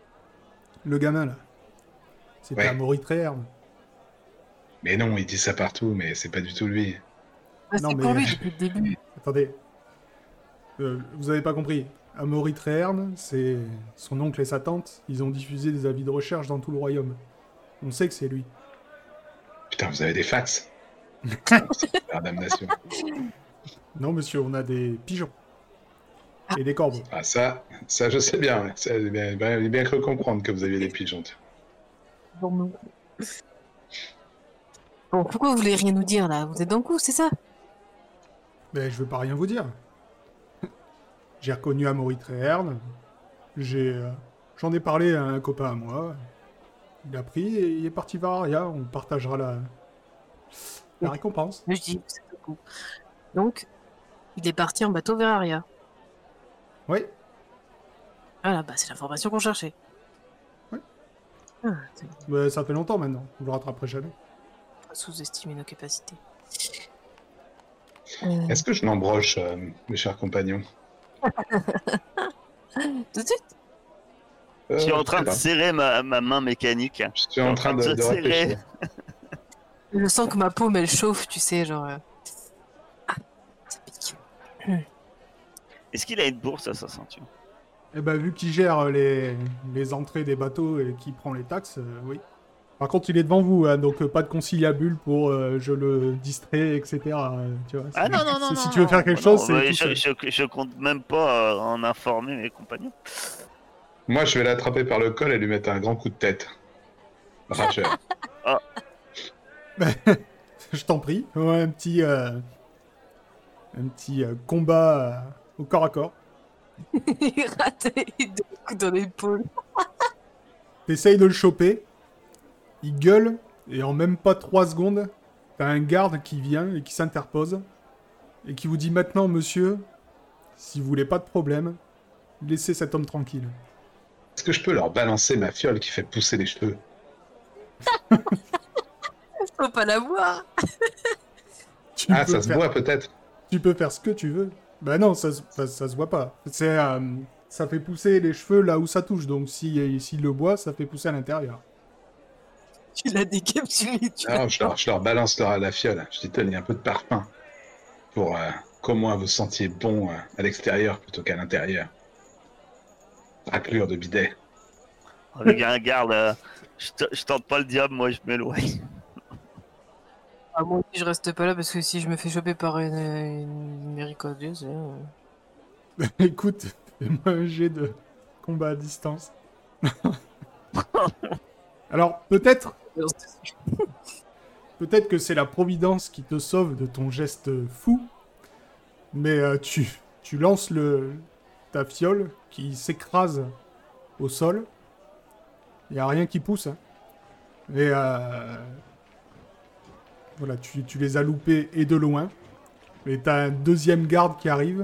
Le gamin, là. C'était Ouais. Amaury Tréherne. Mais non, il dit ça partout, mais c'est pas du tout lui. Ah, Non, c'est mais- pour lui depuis le début. Attendez. Euh, vous avez pas compris. Amaury Tréherne, c'est son oncle et sa tante. Ils ont diffusé des avis de recherche dans tout le royaume. On sait que c'est lui. Putain, vous avez des fax. C'est la damnation. Non, monsieur, on a des pigeons. Et des corbeaux. Ah ça, ça je sais bien. ouais. Ça, J'ai bien, bien, j'ai bien cru comprendre que vous aviez des pigeons. tiens. Bon, nous. Bon, pourquoi vous voulez rien nous dire là? Vous êtes dans le coup, c'est ça? Mais je veux pas rien vous dire. J'ai reconnu Amaury Tréherne. J'ai, euh, j'en ai parlé à un copain à moi. Il a pris et il est parti vers Aria. On partagera la, la récompense. Je dis, c'est le coup. Donc, il est parti en bateau vers Aria. Oui. Voilà, bah c'est l'information qu'on cherchait. Ouais. Ah, c'est- Mais ça fait longtemps maintenant. Vous le rattraperez jamais. faut pas sous-estimer nos capacités. Euh, Est-ce que je l'embroche, euh, mes chers compagnons? Tout de suite. Euh, Je suis en train de je sais serrer ma, ma main mécanique. pas. Je suis en train de, te de serrer. réfléchir. Je sens que ma paume, elle chauffe, tu sais, genre... euh, Ah, ça pique. Est-ce qu'il a une bourse à sa ceinture? Eh ben, vu qu'il gère les, les entrées des bateaux et qu'il prend les taxes, euh, oui. Par contre, il est devant vous, hein, donc euh, pas de conciliabule pour euh, je le distrais, et cetera. euh, tu vois, Ah c'est- non, non, non, c'est- non. Si tu veux faire quelque non, chose, non, c'est bah, tout je, seul. je, je compte même pas euh, en informer mes compagnons. Moi, je vais l'attraper par le col et lui mettre un grand coup de tête. Rageur. Je t'en prie. Ouais, un petit, euh, un petit euh, combat euh, au corps à corps. Il rate il donne un coup dans l'épaule. T'essayes de le choper, il gueule, et en même pas trois secondes, t'as un garde qui vient et qui s'interpose, et qui vous dit maintenant, monsieur, si vous voulez pas de problème, laissez cet homme tranquille. Est-ce que je peux leur balancer ma fiole qui fait pousser les cheveux? Faut pas la voir. Tu Ah, peux ça se faire- voit peut-être. Tu peux faire ce que tu veux. Bah non, ça, se- ça, ça se voit pas. C'est, euh, ça fait pousser les cheveux là où ça touche, donc si, s'il le boit, ça fait pousser à l'intérieur. Tu l'as décapsulé, tu l'as... Alors, je leur, je leur balance leur, la fiole. Je dis, tenez, un peu de parfum. Pour euh, qu'au moins vous sentiez bon euh, à l'extérieur plutôt qu'à l'intérieur. Raclure de bidet. Avec un garde, euh, je, te- je tente pas le diable, moi je m'éloigne. Ah, moi aussi, je reste pas là parce que si je me fais choper par une, une méricordieuse... euh, Écoute, fais-moi un jet de combat à distance. Alors, peut-être, peut-être que c'est la providence qui te sauve de ton geste fou, mais euh, tu, tu lances le, ta fiole qui s'écrase au sol. Il n'y a rien qui pousse. Hein. Et euh, voilà, tu, tu les as loupés et de loin. Et t'as un deuxième garde qui arrive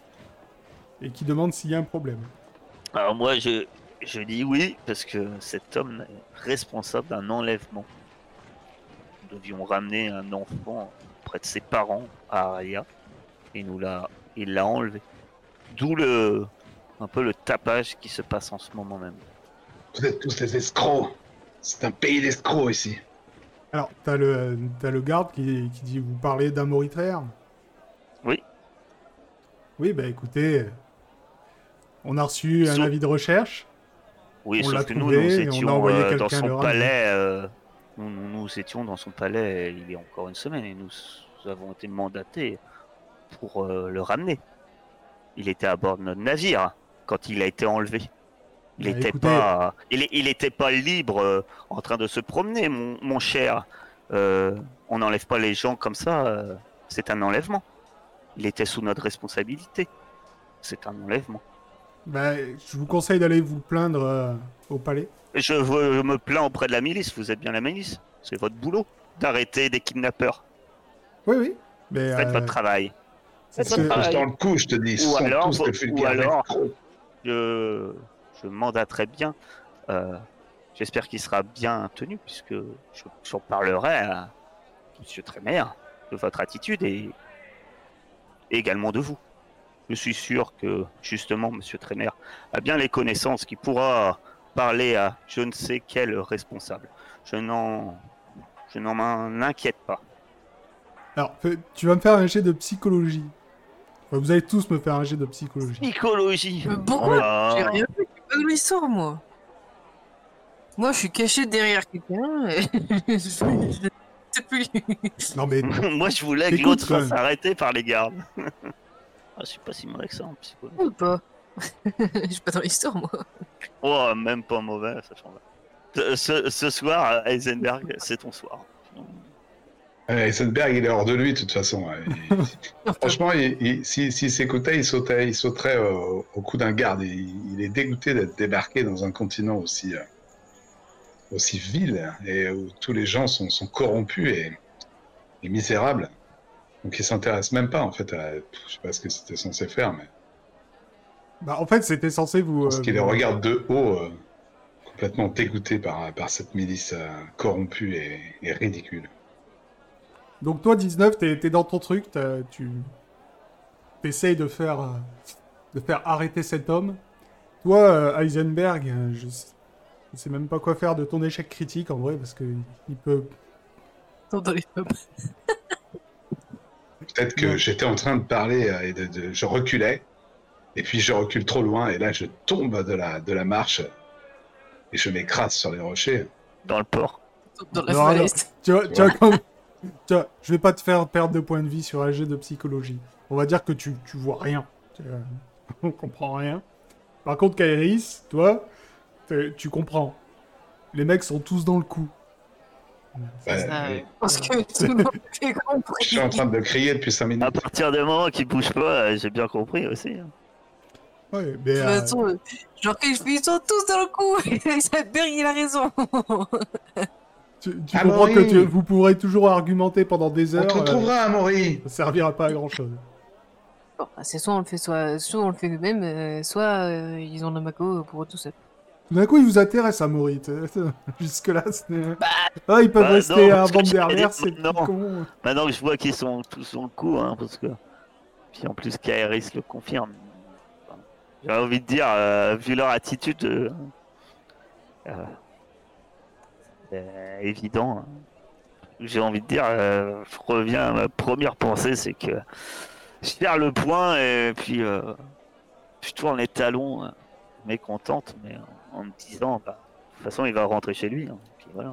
et qui demande s'il y a un problème. Alors moi je, je dis oui, parce que cet homme est responsable d'un enlèvement. Nous devions ramener un enfant près de ses parents à Araya, et nous l'a, il l'a enlevé. D'où le, un peu le tapage qui se passe en ce moment même. Vous êtes tous des escrocs. C'est un pays d'escrocs ici. Alors, t'as le, t'as le garde qui, qui dit, vous parlez d'un Moritréer? Oui. Oui, bah écoutez, on a reçu un Sauf- avis de recherche. Oui, On l'a sauf que nous, trouvé nous et on a étions envoyé euh, dans quelqu'un le son ramener. palais. euh, nous, nous, nous étions dans son palais il y a encore une semaine et nous, nous avons été mandatés pour euh, le ramener. Il était à bord de notre navire quand il a été enlevé. Il Bah, n'était écoutez- pas, il, est- il était pas libre euh, en train de se promener, mon, mon cher. Euh, on n'enlève pas les gens comme ça. euh, c'est un enlèvement. Il était sous notre responsabilité. C'est un enlèvement. Bah, je vous conseille d'aller vous plaindre euh, au palais. Je, veux- je me plains auprès de la milice. Vous êtes bien la milice. C'est votre boulot d'arrêter des kidnappeurs. Oui, oui. Mais, Faites euh, votre travail. c'est Faites ce votre que- travail. Tous dans le coup, je te dis. Ils Ou sont alors, tous de ou vulgaires alors- escrocs. Je, je mandaterai bien. euh, J'espère qu'il sera bien tenu, puisque je- j'en parlerai à Monsieur Trémer de votre attitude et et également de vous. Je suis sûr que, justement, Monsieur Trémer a bien les connaissances qui pourra parler à je ne sais quel responsable. Je n'en, je n'en m'en inquiète pas. Alors, fais- tu vas me faire un jet de psychologie. Enfin, vous allez tous me faire un jet de psychologie. Psychologie. Mais pourquoi Ah. J'ai rien fait, j'ai pas de l'histoire, moi. Moi, je suis caché derrière quelqu'un et... je sais plus. Non, mais Moi, je voulais que T'écoutes, l'autre quand fasse même. arrêter par les gardes. Ah, je suis pas si mauvais que ça en psychologie. Ou pas. Je suis pas dans l'histoire, moi. Oh, même pas mauvais, ça change. Ce, ce- ce soir, Heisenberg, c'est ton soir. Euh, Heisenberg, il est hors de lui, de toute façon. ouais. Il- Franchement, il, il- si- s'il s'écoutait, il, sautait, il sauterait au, au cou d'un garde. Il, il est dégoûté d'être débarqué dans un continent aussi, euh, aussi vil et où tous les gens sont, sont corrompus et, et misérables. Donc il s'intéresse même pas, en fait, à... Je sais pas ce que c'était censé faire, mais... bah, en fait, c'était censé vous... Parce euh, qu'il les vous- regarde de haut, euh, complètement dégoûté par, par cette milice euh, corrompue et, et ridicule. Donc toi, dix-neuf, t'es t'es dans ton truc, t'as- tu essayes de faire, euh, de faire arrêter cet homme. Toi, euh, Heisenberg, euh, je... sais... je sais même pas quoi faire de ton échec critique en vrai, parce que il peut. Dans les pommes. Peut-être que Non. j'étais en train de parler euh, et de, de- je reculais, et puis je recule trop loin, et là je tombe de la, de la marche et je m'écrase sur les rochers. Dans le port. Dans la Non, non. falaise. Tu vois, Tu tu vois vois. comme. Tu vois, je vais pas te faire perdre de points de vie sur un jet de psychologie. On va dire que tu, tu vois rien. Tu, euh, on comprend rien. Par contre, Kairis, toi, t'es- tu comprends. Les mecs sont tous dans le coup. Ouais, Ça, oui. ouais. Parce que tout le monde fait compris. Je suis en train de le crier depuis cinq À minutes. partir du moment qu'il bouge pas, euh, j'ai bien compris aussi. hein. Ouais, mais. De toute euh, façon, euh, genre quand je fais, ils sont tous dans le coup. Heisenberg, il a raison. tu tu Ah, comprends que Maury, tu- vous pourrez toujours argumenter pendant des on heures. te euh, retrouvera, Amaury. ça servira pas à grand chose. Bon, bah, c'est soit on le fait, soit, soit on le fait nous-mêmes, euh, soit euh, ils ont le Mako pour eux tout seuls. Tout d'un coup, il vous intéresse à mourir. Jusque-là, ce n'est. Bah, Ah, ils peuvent Bah, rester non, à parce que bande j'allais derrière, dire c'est petits maintenant. cons. Maintenant que je vois qu'ils sont tous sur le coup, hein, parce que. Puis en plus, Kairis le confirme. Enfin, j'ai envie de dire, euh, vu leur attitude. euh, euh, euh, évident. hein. J'ai envie de dire, euh, je reviens à ma première pensée, c'est que je perds le point et puis euh, je tourne les talons, euh, mécontente, mais en, en me disant, bah, de toute façon, il va rentrer chez lui. hein, puis voilà.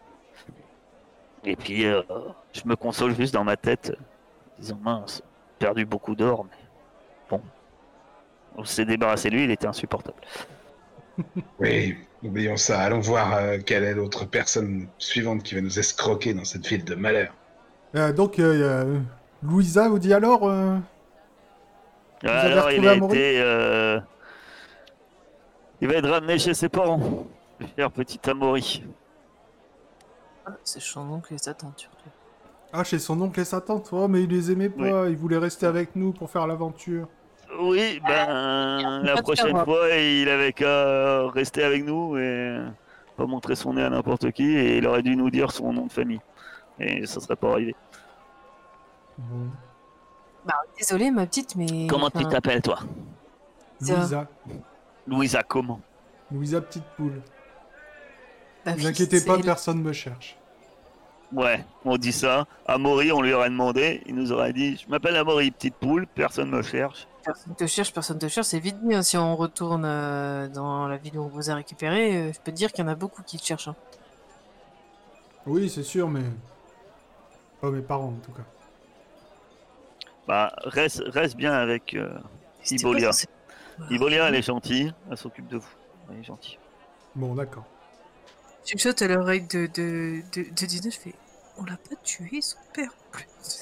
Et puis, euh, je me console juste dans ma tête, euh, en disant, mince, j'ai perdu beaucoup d'or, mais bon, on s'est débarrassé de lui, il était insupportable. Oui, oublions ça. Allons voir euh, quelle est l'autre personne suivante qui va nous escroquer dans cette ville de malheur. Euh, donc, euh, euh, Louisa vous dit alors euh, Vous avez Alors, il retrouvé a Amaury été. euh, Il va être ramené chez ses parents, le cher petit Amaury. c'est son oncle et sa tante surtout. Ah, chez son oncle et sa tante. Oh, mais il les aimait pas. Il voulait rester avec nous pour faire l'aventure. Oui, ben, la Pas de prochaine savoir. fois, il avait qu'à rester avec nous et pas montrer son nez à n'importe qui, et il aurait dû nous dire son nom de famille. Et ça serait pas arrivé. Bon. Bah, désolé ma petite, mais. Comment tu enfin, t'appelles, toi? Ça. Louisa. Louisa, comment? Louisa, petite poule. bah Ne oui, vous inquiétez c'est pas, elle. personne me cherche. Ouais, on dit ça. Amaury, on lui aurait demandé, il nous aurait dit, je m'appelle Amaury, petite poule, personne me cherche. Personne te cherche, personne te cherche, c'est vite dit. hein. Si on retourne euh, dans la ville où on vous a récupéré, euh, je peux te dire qu'il y en a beaucoup qui te cherchent. hein. Oui, c'est sûr, mais... Pas mes parents, en tout cas. Bah, reste, reste bien avec euh, C'était Ibolia. pas censé- Voilà. Ibolia, elle est gentille, elle s'occupe de vous. Elle est gentille. Bon, d'accord. Tu me sautes à l'oreille de, de, de, de dix-neuf, je fais on l'a pas tué, son père en plus.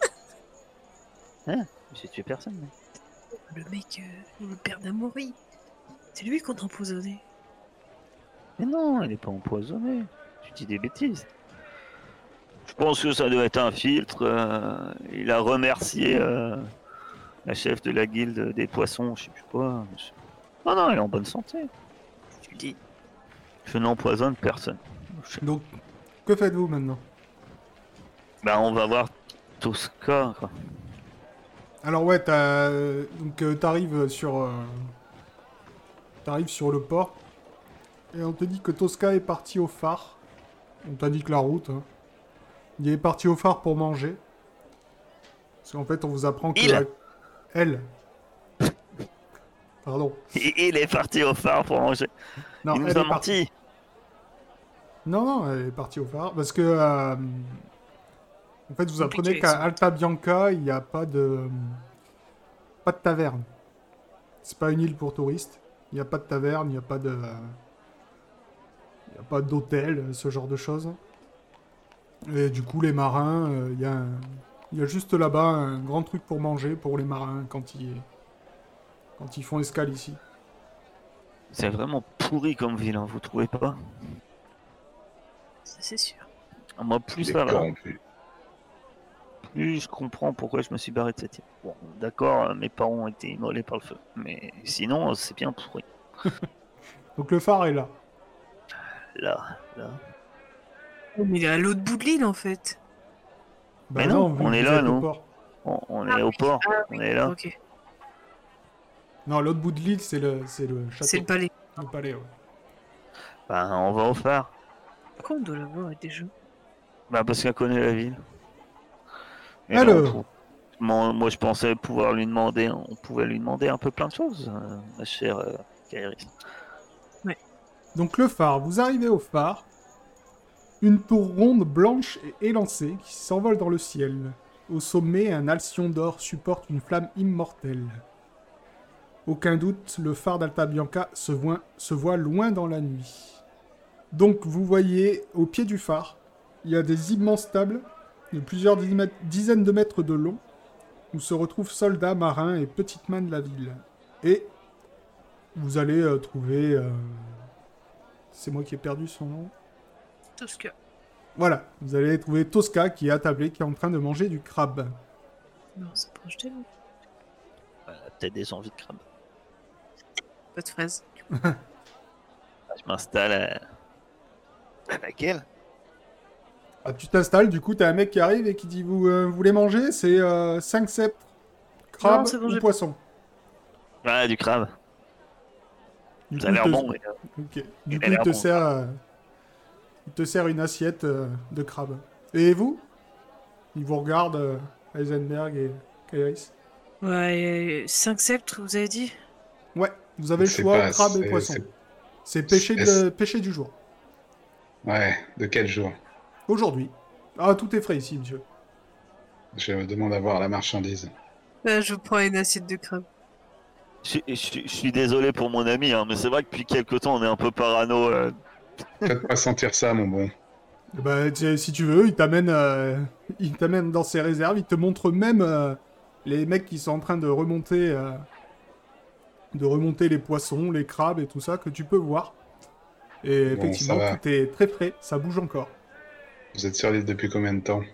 J'ai tué personne. mais- Le mec, euh, le père d'Amaury. C'est lui qu'on a empoisonné. Mais non, elle est pas empoisonnée. Tu dis des bêtises. Je pense que ça doit être un filtre. euh, il a remercié euh, la chef de la guilde des poissons, je sais plus quoi. Je- Non, non, elle est en bonne santé. Tu dis. Je n'empoisonne personne. Je- Donc, que faites-vous maintenant? Bah, on va voir Tosca, quoi. Alors ouais, t'as... Donc euh, t'arrives sur... euh, T'arrives sur le port. Et on te dit que Tosca est parti au phare. On t'indique la route. hein. Il est parti au phare pour manger. Parce qu'en fait, on vous apprend que... Il Elle. Pardon. Et il est parti au phare pour manger. Non, il nous elle a est partie. menti. Non, non, elle est partie au phare. Parce que... euh, En fait, vous Compliqué apprenez avec qu'à ça. Alta Bianca, il n'y a pas de... Pas de taverne. C'est pas une île pour touristes. Il n'y a pas de taverne, il n'y a pas de... Il n'y a pas d'hôtel, ce genre de choses. Et du coup, les marins, euh, il y a un- il y a juste là-bas un grand truc pour manger pour les marins quand ils, quand ils font escale ici. C'est vraiment pourri comme ville, hein, vous trouvez pas? Ça, c'est sûr. Moi, plus Il ça est va, corrompu. plus je comprends pourquoi je me suis barré de cette île. Bon, d'accord, euh, mes parents ont été immolés par le feu. Mais sinon, c'est bien pourri. Donc le phare est là. Là, là. Oh, mais il est à l'autre bout de l'île en fait. Bah Mais non, vu on que est vous là, êtes au nous. port. On, on est au port, Ah on est là. Ok. Non, l'autre bout de l'île, c'est le, c'est le château. C'est le palais. Le palais, ouais. Ben, on va au phare. Pourquoi on doit l'avoir déjà? Bah, parce qu'elle connaît la ville. Et là, Alors. on pou- moi, moi, je pensais pouvoir lui demander, on pouvait lui demander un peu plein de choses, euh, ma chère euh, Kairis. Donc le phare, vous arrivez au phare. Une tour ronde blanche et élancée qui s'envole dans le ciel. Au sommet, un alcyon d'or supporte une flamme immortelle. Aucun doute, le phare d'Alta Bianca se voit, se voit loin dans la nuit. Donc vous voyez, au pied du phare, il y a des immenses tables de plusieurs dizaines de mètres de long où se retrouvent soldats, marins et petites mains de la ville. Et vous allez euh, trouver... euh, C'est moi qui ai perdu son nom. Tosca. Voilà, vous allez trouver Tosca qui est attablé, qui est en train de manger du crabe. Non, c'est proche de nous. Euh, Peut-être des envies de crabe. Pas de fraises. Ah, je m'installe à... à laquelle Ah, tu t'installes, du coup, t'as un mec qui arrive et qui dit Vous, euh, vous voulez manger C'est euh, cinq sceptres, crabe Non, c'est bon, ou j'ai- poisson. Ouais, du crabe. Du Ça coup, a l'air il te... bon. mais, euh, Ok. Du Il a coup, il l'air te, bon, sert, euh, il te sert une assiette euh, de crabe. Et vous Il vous regarde, euh, Heisenberg et Kairis. Ouais, cinq sceptres, vous avez dit? Ouais, vous avez le C'est choix, pas- crabe et c'est- poisson. c'est- C'est pêcher, c'est- de... pêcher du jour. Ouais, de quel jour? Aujourd'hui. Ah, tout est frais ici, monsieur. Je me demande à voir la marchandise. Euh, je prends une assiette de crabe. Je, je- je suis désolé pour mon ami, hein, mais c'est vrai que depuis quelques temps, on est un peu parano. euh. Faites pas sentir ça, mon bon. Bah, tu- si tu veux, il t'amène, euh, il t'amène dans ses réserves. Il te montre même euh, les mecs qui sont en train de remonter, euh, de remonter les poissons, les crabes et tout ça que tu peux voir. Et Bon, effectivement, ça va. tout est très frais. Ça bouge encore. Vous êtes sur l'île depuis combien de temps?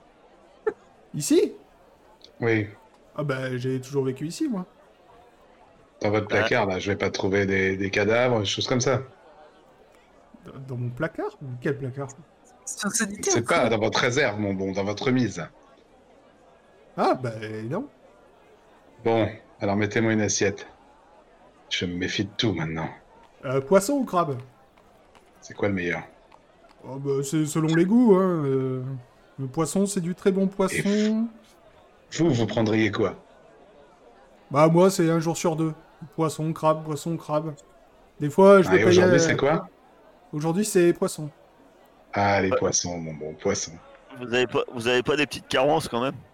Ici? Oui, Ah bah, j'ai toujours vécu ici, moi. dans votre Bah. placard, là, je vais pas trouver des, des cadavres, des choses comme ça. Dans- Dans mon placard? Quel placard? C'est un sanitaire. C'est pas dans votre réserve, mon bon, dans votre mise. Ah bah non. Bon, alors mettez-moi une assiette. Je me méfie de tout maintenant. Euh, poisson ou crabe? C'est quoi le meilleur? Oh, bah, c'est selon les goûts, hein. euh, Le poisson, c'est du très bon poisson. Vous, vous prendriez quoi? Bah moi, c'est un jour sur deux. Poisson, crabe, poisson, crabe. Des fois, je Ah, vais et payer... aujourd'hui, c'est quoi? Aujourd'hui, c'est poisson. Ah, les Ouais. poissons, mon bon, poisson. Vous avez pas, vous avez pas des petites carences quand même?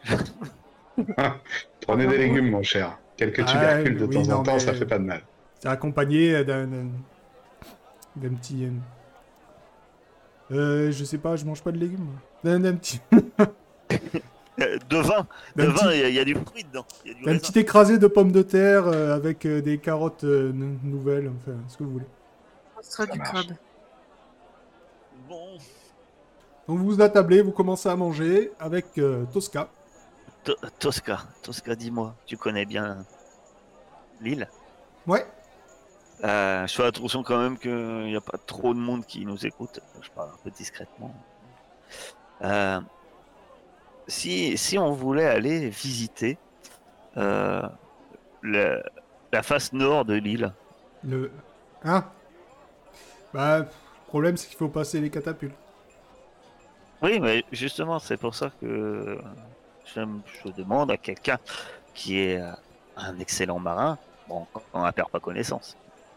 Prenez des légumes, mon cher. Quelques Ah, tubercules de oui, temps en non, temps, mais- ça fait pas de mal. C'est accompagné d'un... d'un- d'un petit... euh, Euh, je sais pas, je mange pas de légumes. moi. D'un d'un petit... Euh, De vin, de d'un vin, petit... il y, a- il y a du fruit dedans. Il y a du d'un raisin. petit écrasé de pommes de terre euh, avec euh, des carottes euh, n- nouvelles, enfin, ce que vous voulez. Ce sera Ça du marche. crabe. Bon, Donc vous vous attablez, vous commencez à manger avec euh, Tosca. To- Tosca, Tosca, dis-moi, tu connais bien l'île? Ouais. Euh, je fais attention quand même qu'il n'y a pas trop de monde qui nous écoute. Je parle un peu discrètement. Euh, si, si on voulait aller visiter euh, le- la face nord de l'île, Le... Hein? Bah, pff, le problème, c'est qu'il faut passer les catapultes. oui, mais justement, c'est pour ça que je, me- je demande à quelqu'un qui est euh, un excellent marin, bon, quand on ne perd pas connaissance,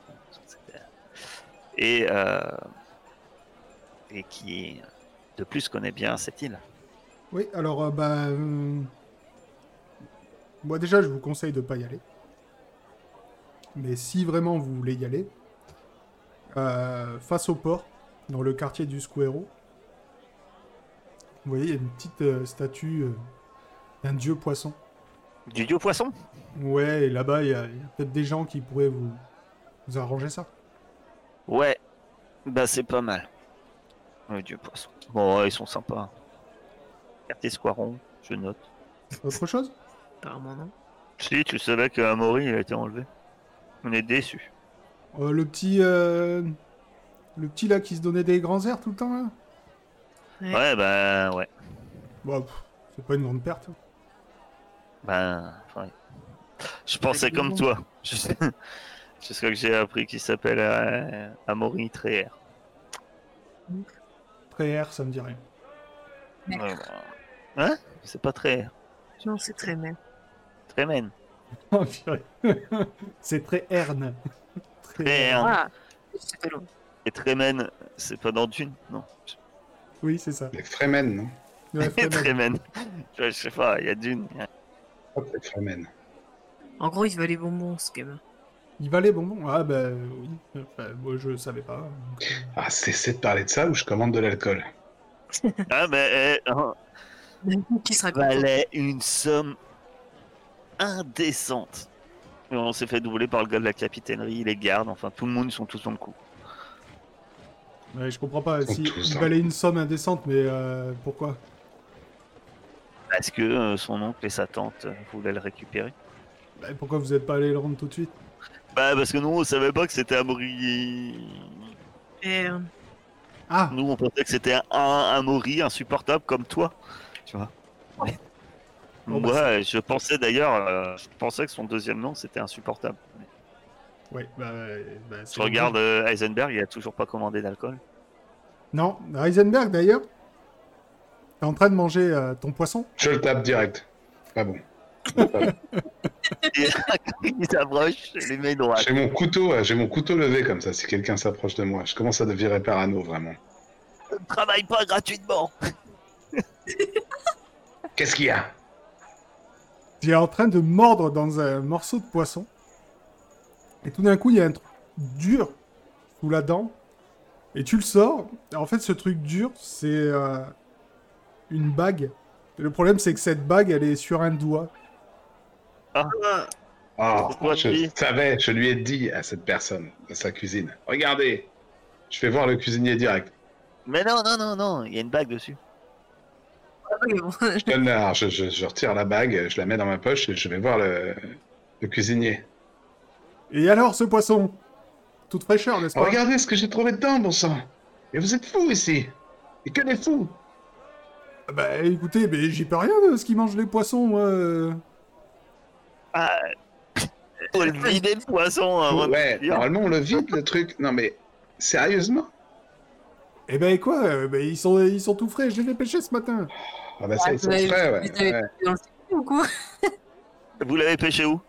et, euh, et qui de plus connaît bien cette île. Oui, alors, euh, bah... euh, moi, déjà, je vous conseille de pas y aller. Mais si vraiment vous voulez y aller, euh, face au port, dans le quartier du Squero, vous voyez, il y a une petite euh, statue euh, d'un dieu poisson. Du dieu poisson? Ouais, et là-bas, il y a, il y a peut-être des gens qui pourraient vous, vous arranger ça. Ouais, bah c'est pas mal. Le dieu poisson. Bon, ouais, ils sont sympas. Quartier Squaron, je note. Autre chose? Apparemment, non. Si, tu savais qu'Amaury il a été enlevé. On est déçus. Euh, le petit... euh, le petit, là, qui se donnait des grands airs tout le temps, là? Ouais. Ouais, bah ouais. Bon, pff, c'est pas une grande perte. Ben, ouais. Je pensais Avec comme le toi. Je sais, je sais que j'ai appris qu'il s'appelle euh, Amaury Tréher. Très R, ça me dit rien. Mais- Ouais, bah, Hein? C'est pas très. Non, c'est très même. Très men. Oh, purée. C'est très herne. Très Très herne. herne. Ah, c'est pas loin. Et très men, c'est pas dans Dune, non. Oui, c'est ça. Les Fremen, non? Ouais, Fremen. Très men. Je sais pas, il y a Dune. Hop, les Fremen. En gros, il va les bonbons, ce gamin. Il va les bonbons? Ah, bah oui. Enfin, moi, je savais pas. donc, euh, Ah, cessez de parler de ça ou je commande de l'alcool. Ah, mais eh, hein, Qui sera ça content. valait une somme indécente. Et on s'est fait doubler par le gars de la capitainerie, les gardes, enfin tout le monde, ils sont tous dans le coup. Ouais, je comprends pas. Ils sont Si tous il dans- valait une somme indécente, mais euh, pourquoi? Parce que euh, son oncle et sa tante euh, voulaient le récupérer. Bah, pourquoi vous êtes pas allé le rendre tout de suite? Bah parce que nous on savait pas que c'était Amaury. Et, euh, Ah! Nous on pensait que c'était un, un Amaury insupportable comme toi. Tu vois. Ouais. Bon, bah, Moi je pensais d'ailleurs, euh, je pensais que son deuxième nom c'était insupportable. Ouais, bah. bah c'est Je regarde euh, Heisenberg, il a toujours pas commandé d'alcool. Non, Heisenberg d'ailleurs. T'es en train de manger euh, ton poisson? Je le tape direct. Pas bon. Et il s'approche, je lui mets une droite. J'ai mon couteau, euh, j'ai mon couteau levé comme ça. Si quelqu'un s'approche de moi, je commence à devenir parano vraiment. Ne travaille pas gratuitement. Qu'est-ce qu'il y a? Tu es en train de mordre dans un morceau de poisson. Et tout d'un coup, il y a un truc dur sous la dent. Et tu le sors. Et en fait, ce truc dur, c'est euh, une bague. Et le problème, c'est que cette bague, elle est sur un doigt. Oh, Pourquoi je tu dis savais, je lui ai dit à cette personne dans sa cuisine. Regardez, je vais voir le cuisinier direct. Mais non, non, non, non, il y a une bague dessus. mais bon. Je, donne la- alors, je, je- je retire la bague, je la mets dans ma poche et je vais voir le, le cuisinier. Et alors, ce poisson? Toute fraîcheur, n'est-ce pas? Regardez ce que j'ai trouvé dedans, bon sang. Et vous êtes fous ici. Et que des fous. Bah écoutez, mais j'y peux rien de ce qui mange les poissons, moi. euh. Ah, faut le vider le poisson avant Ouais, de le normalement on le vide le truc. Non mais, sérieusement? Eh ben quoi? euh, bah, ils, sont, ils sont tout frais, je les ai pêchés ce matin. Ah bah ça, ils sont Vous avez- frais, ouais. vous avez ouais. dans le circuit ou quoi? Vous l'avez pêché où?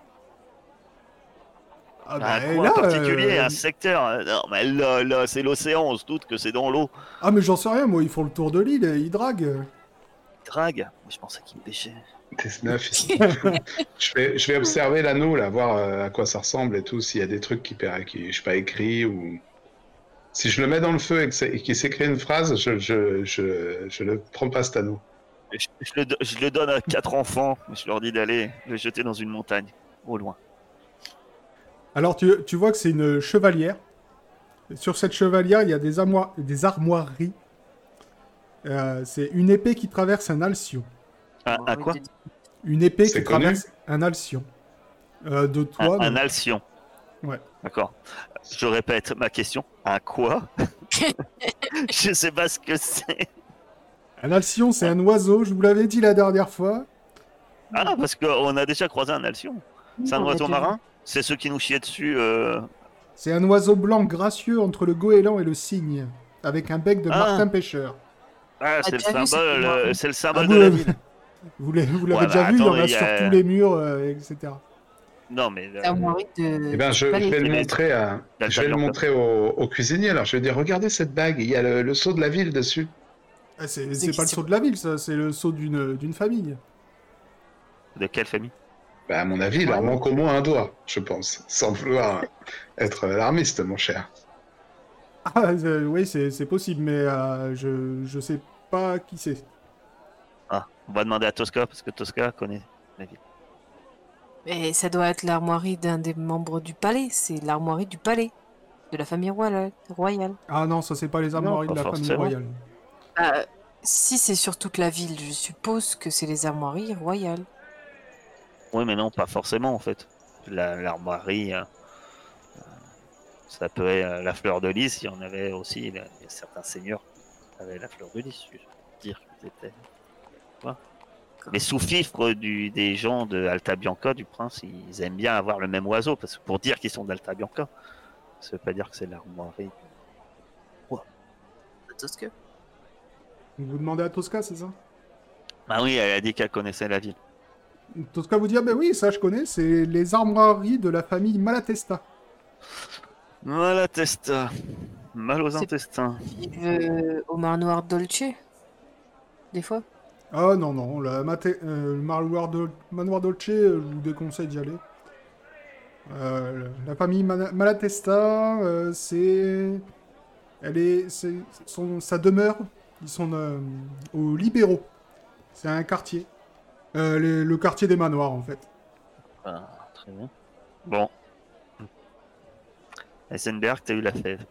Ah Un bah coin là... particulier, euh, un secteur. euh, Non, mais là, là c'est l'océan, on se doute que c'est dans l'eau. Ah mais j'en sais rien, moi, ils font le tour de l'île, et ils draguent. Drague. Moi, je pensais qu'il pêchait. T neuf, ils sont fous. je, vais, je vais observer l'anneau, là, voir euh, à quoi ça ressemble et tout, s'il y a des trucs qui, pa- qui je sais pas, écrits ou... Si je le mets dans le feu et que c'est- et qu'il s'écrit une phrase, je, je, je, je ne prends pas cet anneau. Je, je le, do- je le donne à quatre enfants. Je leur dis d'aller le jeter dans une montagne, au loin. Alors tu, tu vois que c'est une chevalière. Sur cette chevalière, il y a des, armoires, des armoiries. Euh, c'est une épée qui traverse un alcyon. Un, un quoi? Une épée C'est qui connu traverse un alcyon. Euh, de Un, toi, un donc. alcyon. Ouais. D'accord. Je répète ma question. Un quoi? Je sais pas ce que c'est. Un alcyon, c'est un oiseau, je vous l'avais dit la dernière fois. Ah, parce qu'on a déjà croisé un alcyon. C'est un On a oiseau déjà marin? C'est ceux qui nous chiaient dessus. Euh... C'est un oiseau blanc gracieux entre le goéland et le cygne, avec un bec de Ah. martin pêcheur. Ah, c'est le déjà vu, symbole, c'était euh, marrant. c'est le Ah, symbole vous de la l'avez- ville. Vous l'avez vous l'avez Ouais, déjà bah, vu, il y en attends, a il y sur a- tous les murs, euh, et cetera. Non, mais euh, C'est un mari de. Eh ben, je, Pas je les- vais le les- montrer, à, la je vais le table montrer au, au cuisinier. Alors, je vais dire, regardez cette bague, il y a le, le sceau de la ville dessus. Ah, c'est C'est c'est qui, pas le c'est- saut de la ville, ça, c'est le saut d'une d'une famille. de quelle famille? Bah, à mon avis, il leur manque au moins un doigt, je pense, sans vouloir être alarmiste, mon cher. Ah, euh, oui, c'est c'est possible, mais euh, je, je sais pas qui c'est. Ah, on va demander à Tosca parce que Tosca connaît la ville. Mais ça doit être l'armoirie d'un des membres du palais. C'est l'armoirie du palais. De la famille royale. royale. Ah non, ça c'est pas les armoiries pas de la famille forcément. royale. Ah, si c'est sur toute la ville, je suppose que c'est les armoiries royales. Oui, mais non, pas forcément en fait. La- L'armoirie, euh, euh, ça peut être euh, la fleur de lys. Il y en avait aussi. Il y a certains seigneurs qui avaient la fleur de lys. Je veux dire qu'ils étaient. Les sous-fifres du, des gens de Alta Bianca, du prince, ils aiment bien avoir le même oiseau, parce que pour dire qu'ils sont d'Alta Bianca, ça veut pas dire que c'est l'armoirie. Tosca. Vous demandez à Tosca, c'est ça? Ah oui, elle a dit qu'elle connaissait la ville. Tosca vous dit, ah ben oui, ça je connais, c'est les armoiries de la famille Malatesta. Malatesta. Mal aux C'est- intestins. Euh, au Mar Noir Dolce. Des fois. Ah non, non, la mate- euh, le manoir, Dol- manoir Dolce, euh, je vous déconseille d'y aller. Euh, la famille Mana- Malatesta, euh, c'est... Elle est... c'est son... Sa demeure, ils sont euh, aux Libéraux. C'est un quartier. Euh, les- le quartier des manoirs, en fait. Ah, très bien. Bon. Heisenberg, t'as eu la fève.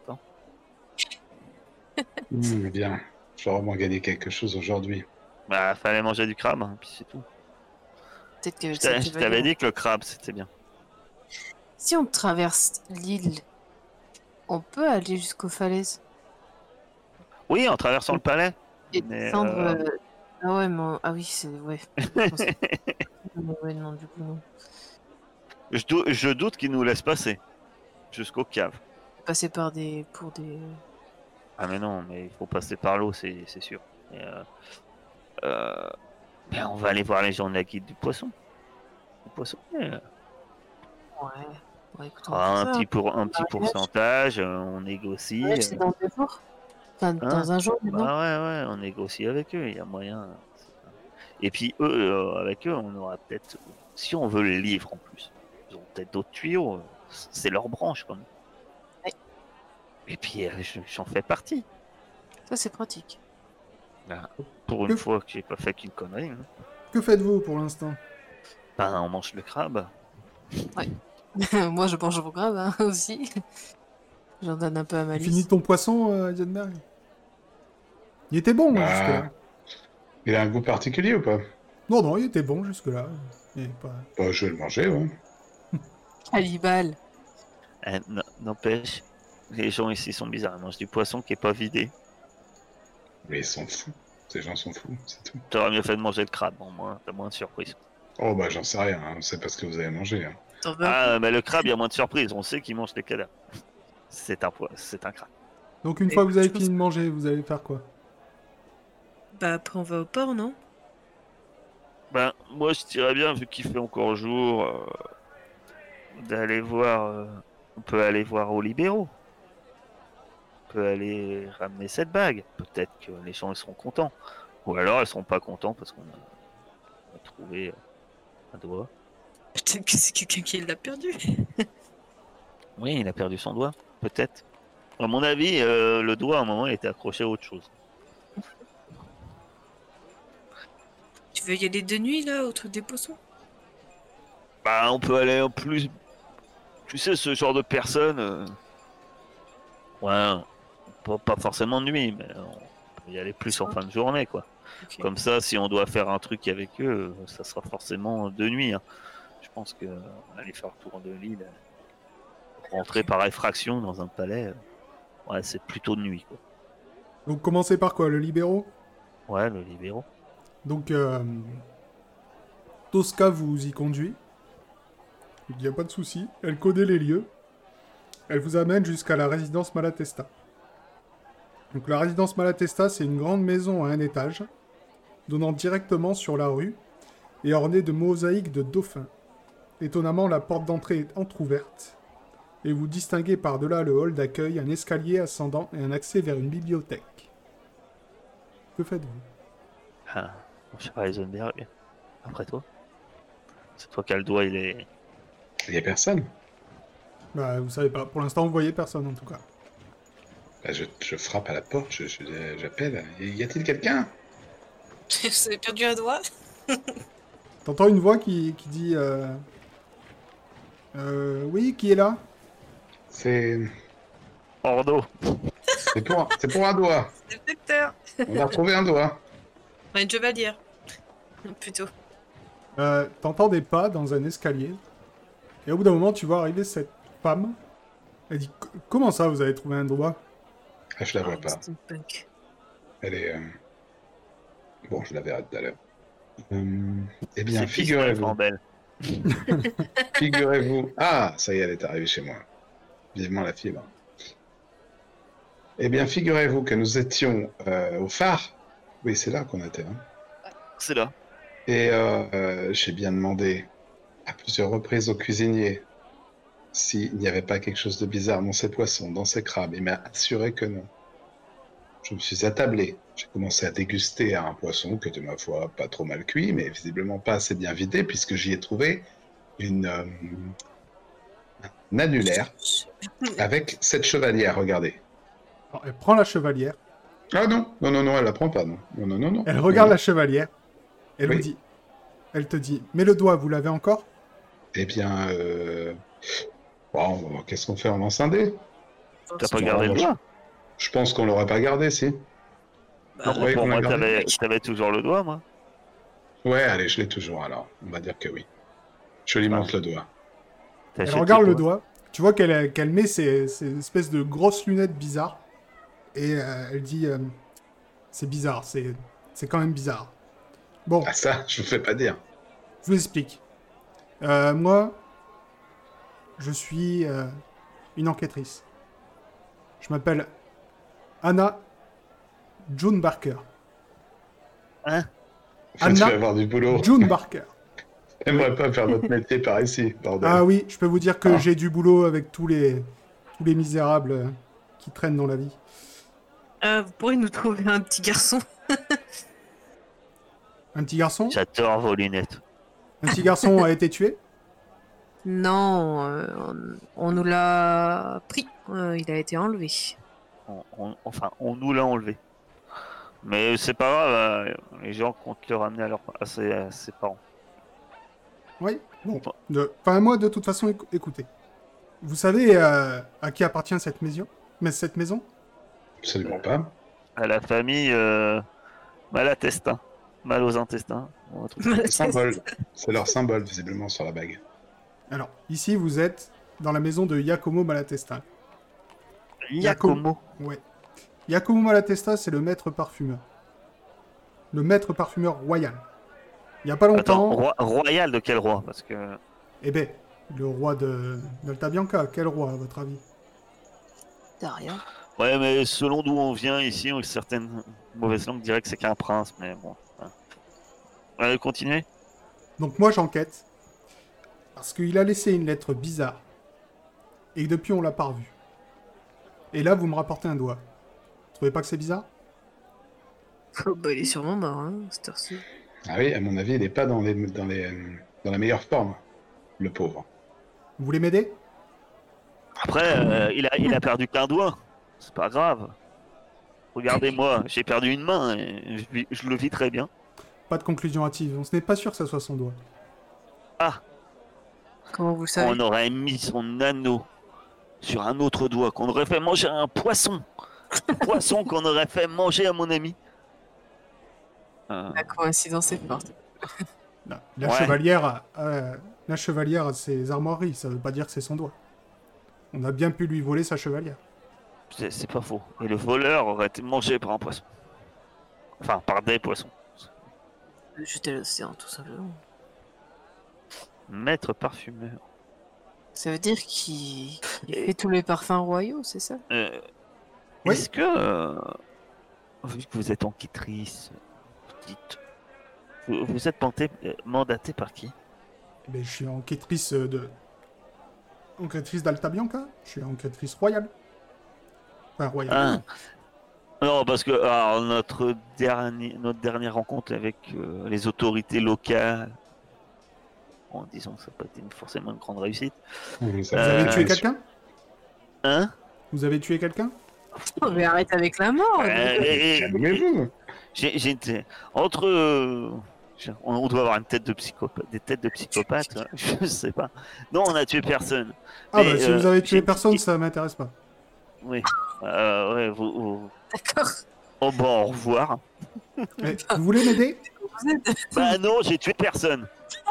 Mmh, bien. Je dois vraiment gagner quelque chose aujourd'hui. Bah, fallait manger du crabe, hein, puis c'est tout. Peut-être que Je t'a- je t'avais dit que le crabe, c'était bien. Si on traverse l'île, on peut aller jusqu'aux falaises Oui, en traversant le palais. et Mais, descendre. euh, euh, Ah ouais, mais ah oui, c'est ouais. Je pensais- Mais ouais, non, du coup non. je, dou- je doute qu'ils nous laissent passer jusqu'aux caves. Passer par des pour des. Ah mais non, mais il faut passer par l'eau, c'est c'est sûr. Et, euh, euh, ben, on va aller voir les gens de la guilde du poisson. Du poisson. euh, Ouais. Ouais, écoute, on ah, va un, faire ça. petit pour, un petit mariage. pourcentage, euh, on négocie. Ouais, c'est euh, dans deux jours. Enfin, Hein dans un jour maintenant. bah ouais, ouais, on négocie avec eux, il y a moyen. Et puis eux, euh, avec eux, on aura peut-être, si on veut les livres en plus, ils ont peut-être d'autres tuyaux. euh, C'est leur branche quand même. Ouais. Et puis euh, je- j'en fais partie. Ça c'est pratique. Là, pour une Que- fois que j'ai pas fait qu'une connerie. hein. Que faites-vous pour l'instant? Ben, on mange le crabe. Moi je mange au grave hein, aussi. J'en donne un peu à Tu Malice. finis ton poisson, euh, Heisenberg? Il était bon, Bah. jusque-là. Il a un goût particulier ou pas? Non, non, il était bon, jusque-là. Il est pas... Bah, je vais le manger, ouais. Cannibale. Eh, n- N'empêche, les gens ici sont bizarres. Ils mangent du poisson qui est pas vidé. Mais ils sont fous. Ces gens sont fous, c'est tout. T'aurais mieux fait de manger le crabe, au moins, t'as moins de surprises. Oh, bah, j'en sais rien. Hein. C'est pas ce que vous avez mangé. Hein. T'en veux Ah, mais le crabe, il y a moins de surprises. On sait qu'ils mangent des cadavres. C'est un, po- c'est un crabe. Donc, une Mais fois que vous avez je pense fini de manger, vous allez faire quoi? Bah après on va au port, non? Ben, moi, je dirais bien, vu qu'il fait encore jour, euh, d'aller voir. euh, on peut aller voir aux libéraux. On peut aller ramener cette bague. Peut-être que les gens ils seront contents. Ou alors ils seront pas contents parce qu'on a, on a trouvé euh, un doigt. Peut-être que c'est quelqu'un qui l'a perdu. Oui, il a perdu son doigt. Peut-être. À mon avis, euh, le doigt, à un moment, il était accroché à autre chose. Tu veux y aller de nuit là, au truc des poissons? Bah, on peut aller en plus. Tu sais, ce genre de personnes. euh, Ouais, pas, pas forcément de nuit, mais on peut y aller plus en fin de journée, quoi. Ok. Comme ça, si on doit faire un truc avec eux, euh, ça sera forcément de nuit. hein. Je pense que euh, aller faire le tour de l'île, euh, rentrer par effraction dans un palais, euh, ouais, c'est plutôt de nuit, quoi. Donc, commencez par quoi? Le libéraux? Ouais, le libéraux. Donc, euh, Tosca vous y conduit. Il n'y a pas de souci. Elle connaît les lieux. Elle vous amène jusqu'à la résidence Malatesta. Donc, la résidence Malatesta, c'est une grande maison à un étage, donnant directement sur la rue et ornée de mosaïques de dauphins. Étonnamment, la porte d'entrée est entr'ouverte et vous distinguez par-delà le hall d'accueil un escalier ascendant et un accès vers une bibliothèque. Que faites-vous? Ah, mon cher Heisenberg, après toi. C'est toi qui as le doigt, il est. Il y a personne. Bah, vous savez pas. Pour l'instant, vous voyez personne, en tout cas. Bah, je, je frappe à la porte, je- je- j'appelle. Y a-t-il quelqu'un? Vous avez perdu un doigt? T'entends une voix qui, qui dit... Euh... Euh, oui, qui est là? C'est Ordo. c'est pour, c'est pour un doigt. C'est le docteur. On a trouvé un doigt. Enfin, une chevalière. Plutôt. Euh, T'entends des pas dans un escalier. Et au bout d'un moment, tu vois arriver cette femme. Elle dit, "Co- comment ça, vous avez trouvé un doigt?" Ah, je la vois Ah, pas. steampunk. Elle est. euh, Bon, je la verrai tout à l'heure. Euh, eh bien, C'est figurez-vous. belle. Figurez-vous. Ah, ça y est, elle est arrivée chez moi. Vivement la fibre. Eh bien, figurez-vous que nous étions euh, au phare. Oui, c'est là qu'on était. Hein. C'est là. Et euh, euh, j'ai bien demandé à plusieurs reprises au cuisinier s'il n'y avait pas quelque chose de bizarre dans ces poissons, dans ces crabes. Il m'a assuré que non. Je me suis attablé. J'ai commencé à déguster un poisson qui était, ma foi, pas trop mal cuit, mais visiblement pas assez bien vidé, puisque j'y ai trouvé une, euh, un annulaire avec cette chevalière, regardez. Alors, elle prend la chevalière, Ah non, non, non, non, elle la prend pas, non. Non, non, non, non. elle regarde non. la chevalière, elle Oui. vous dit, elle te dit, mais le doigt, vous l'avez encore? Eh bien, euh... bon, qu'est-ce qu'on fait? On lance un dé? T'as pas Non, gardé le moi, doigt? Je pense qu'on l'aurait pas gardé, si. Bah, Non, ouais, Pour qu'on l'a moi, gardé. t'avais t'avais toujours le doigt, moi. Ouais, allez, je l'ai toujours, alors. On va dire que oui. Je lui Ah. montre le doigt. T'as Elle jeté regarde le doigt. doigt, tu vois qu'elle qu'elle met ces, ces espèces de grosses lunettes bizarres, et euh, elle dit, euh, c'est bizarre, c'est c'est quand même bizarre. Bon, Ah ça, je vous fais pas dire. je vous explique. Euh, moi, je suis euh, une enquêtrice. Je m'appelle Anna June Barker. Hein? Faut Anna tu avoir du boulot. June Barker. J'aimerais pas faire votre métier par ici, bordel. Ah oui, je peux vous dire que Ah. j'ai du boulot avec tous les, tous les misérables euh, qui traînent dans la vie. Euh, vous pourrez nous trouver un petit garçon. Un petit garçon J'adore vos lunettes. Un petit garçon a été tué Non, euh, on, on nous l'a pris. Euh, il a été enlevé. On- on- enfin, on nous l'a enlevé. Mais c'est pas grave, euh, les gens comptent le ramener à, leur, à, ses, à ses parents. Oui. Bon. De- Enfin, moi, de toute façon, écou- écoutez. Vous savez euh, à qui appartient cette maison Mais cette maison Absolument pas. À la famille euh, Malatestin. Mal aux intestins. On va trouver. Le symbole. C'est leur symbole, visiblement, sur la bague. Alors, ici, vous êtes dans la maison de Giacomo Malatesta. Giacomo. Ouais. Giacomo Malatesta, c'est le maître parfumeur. Le maître parfumeur royal. Il n'y a pas Attends, longtemps... roi- royal de quel roi? Parce que Eh ben, le roi de d'Alta Bianca. Quel roi, à votre avis? T'as rien. ouais, mais selon d'où on vient ici, certaines mauvaises langues diraient que c'est qu'un prince, mais bon. hein. Allez, continuez. Donc moi, j'enquête. Parce qu'il a laissé une lettre bizarre. Et que depuis, on l'a pas revu. Et là, vous me rapportez un doigt. Vous trouvez pas que c'est bizarre? Oh, bah, il est sûrement mort, hein, cette heure-ci. Ah oui, à mon avis, il est pas dans, les, dans, les, dans la meilleure forme, le pauvre. Vous voulez m'aider? Après, euh, il, a, il a perdu qu'un doigt. C'est pas grave. Regardez-moi, j'ai perdu une main et je, vis- je le vis très bien. Pas de conclusion hâtive. On n'est pas sûr que ça soit son doigt. Ah, Comment vous le savez? on aurait mis son anneau sur un autre doigt, qu'on aurait fait manger à un poisson. Un poisson qu'on aurait fait manger à mon ami. Euh, La coïncidence est forte. La, la Ouais. chevalière, a- a- la chevalière a ses armoiries. Ça veut pas dire que c'est son doigt. On a bien pu lui voler sa chevalière. c'est c'est pas faux. Et le voleur aurait été mangé par un poisson. Enfin, par des poissons. Jeter l'océan, tout simplement. Maître parfumeur. Ça veut dire qu'il il Et- fait tous les parfums royaux, c'est ça? Euh, Oui. Est-ce que, euh, vu que vous êtes enquêtrice, petite, vous, vous êtes mandaté, euh, mandaté par qui? Eh ben, je suis enquêtrice de... Enquêtrice d'Alta Bianca. Je suis enquêtrice royale. Enfin, royale. Ah. Non, parce que alors, notre, dernier, notre dernière rencontre avec euh, les autorités locales, en disant que ça n'a pas été une- forcément une grande réussite. Oui, ça Vous me avez Euh, tué fait- quelqu'un? Hein? Vous avez tué quelqu'un? Oh, mais arrête avec la mort! Euh, et- et- Calmez-vous. j'ai, j'ai été- entre, euh, je- on, on doit avoir une tête de psychopathe, des têtes de psychopathe, hein, je sais pas. Non, on a tué personne. Ah Mais, bah, si euh, vous avez j'ai tué une personne, petite- ça m'intéresse pas. Oui. Euh, ouais, vous, vous- D'accord. Oh bon, au revoir. Eh, vous voulez m'aider? Vous êtes... Bah non, j'ai tué personne.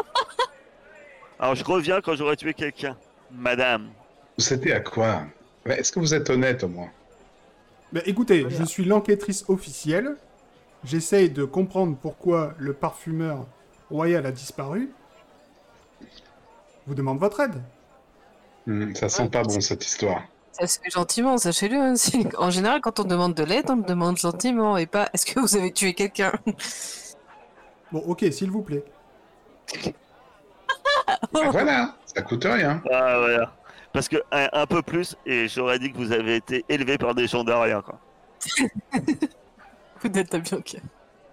Alors je reviens quand j'aurai tué quelqu'un. Madame. C'était à quoi? Ouais, est-ce que vous êtes honnête, au moins? Bah, écoutez, je suis l'enquêtrice officielle. J'essaye de comprendre pourquoi le parfumeur royal a disparu, vous demande votre aide. Hmm, ça sent pas bon cette histoire. Ça se fait gentiment, sachez-le. Hein. C'est- En général, quand on demande de l'aide, on le demande gentiment et pas est-ce que vous avez tué quelqu'un. Bon, ok, s'il vous plaît. Ah, voilà, ça coûte rien. Ah, voilà. Parce que un, un peu plus, et j'aurais dit que vous avez été élevé par des gens d'arrière, quoi. Vous n'êtes pas bien que.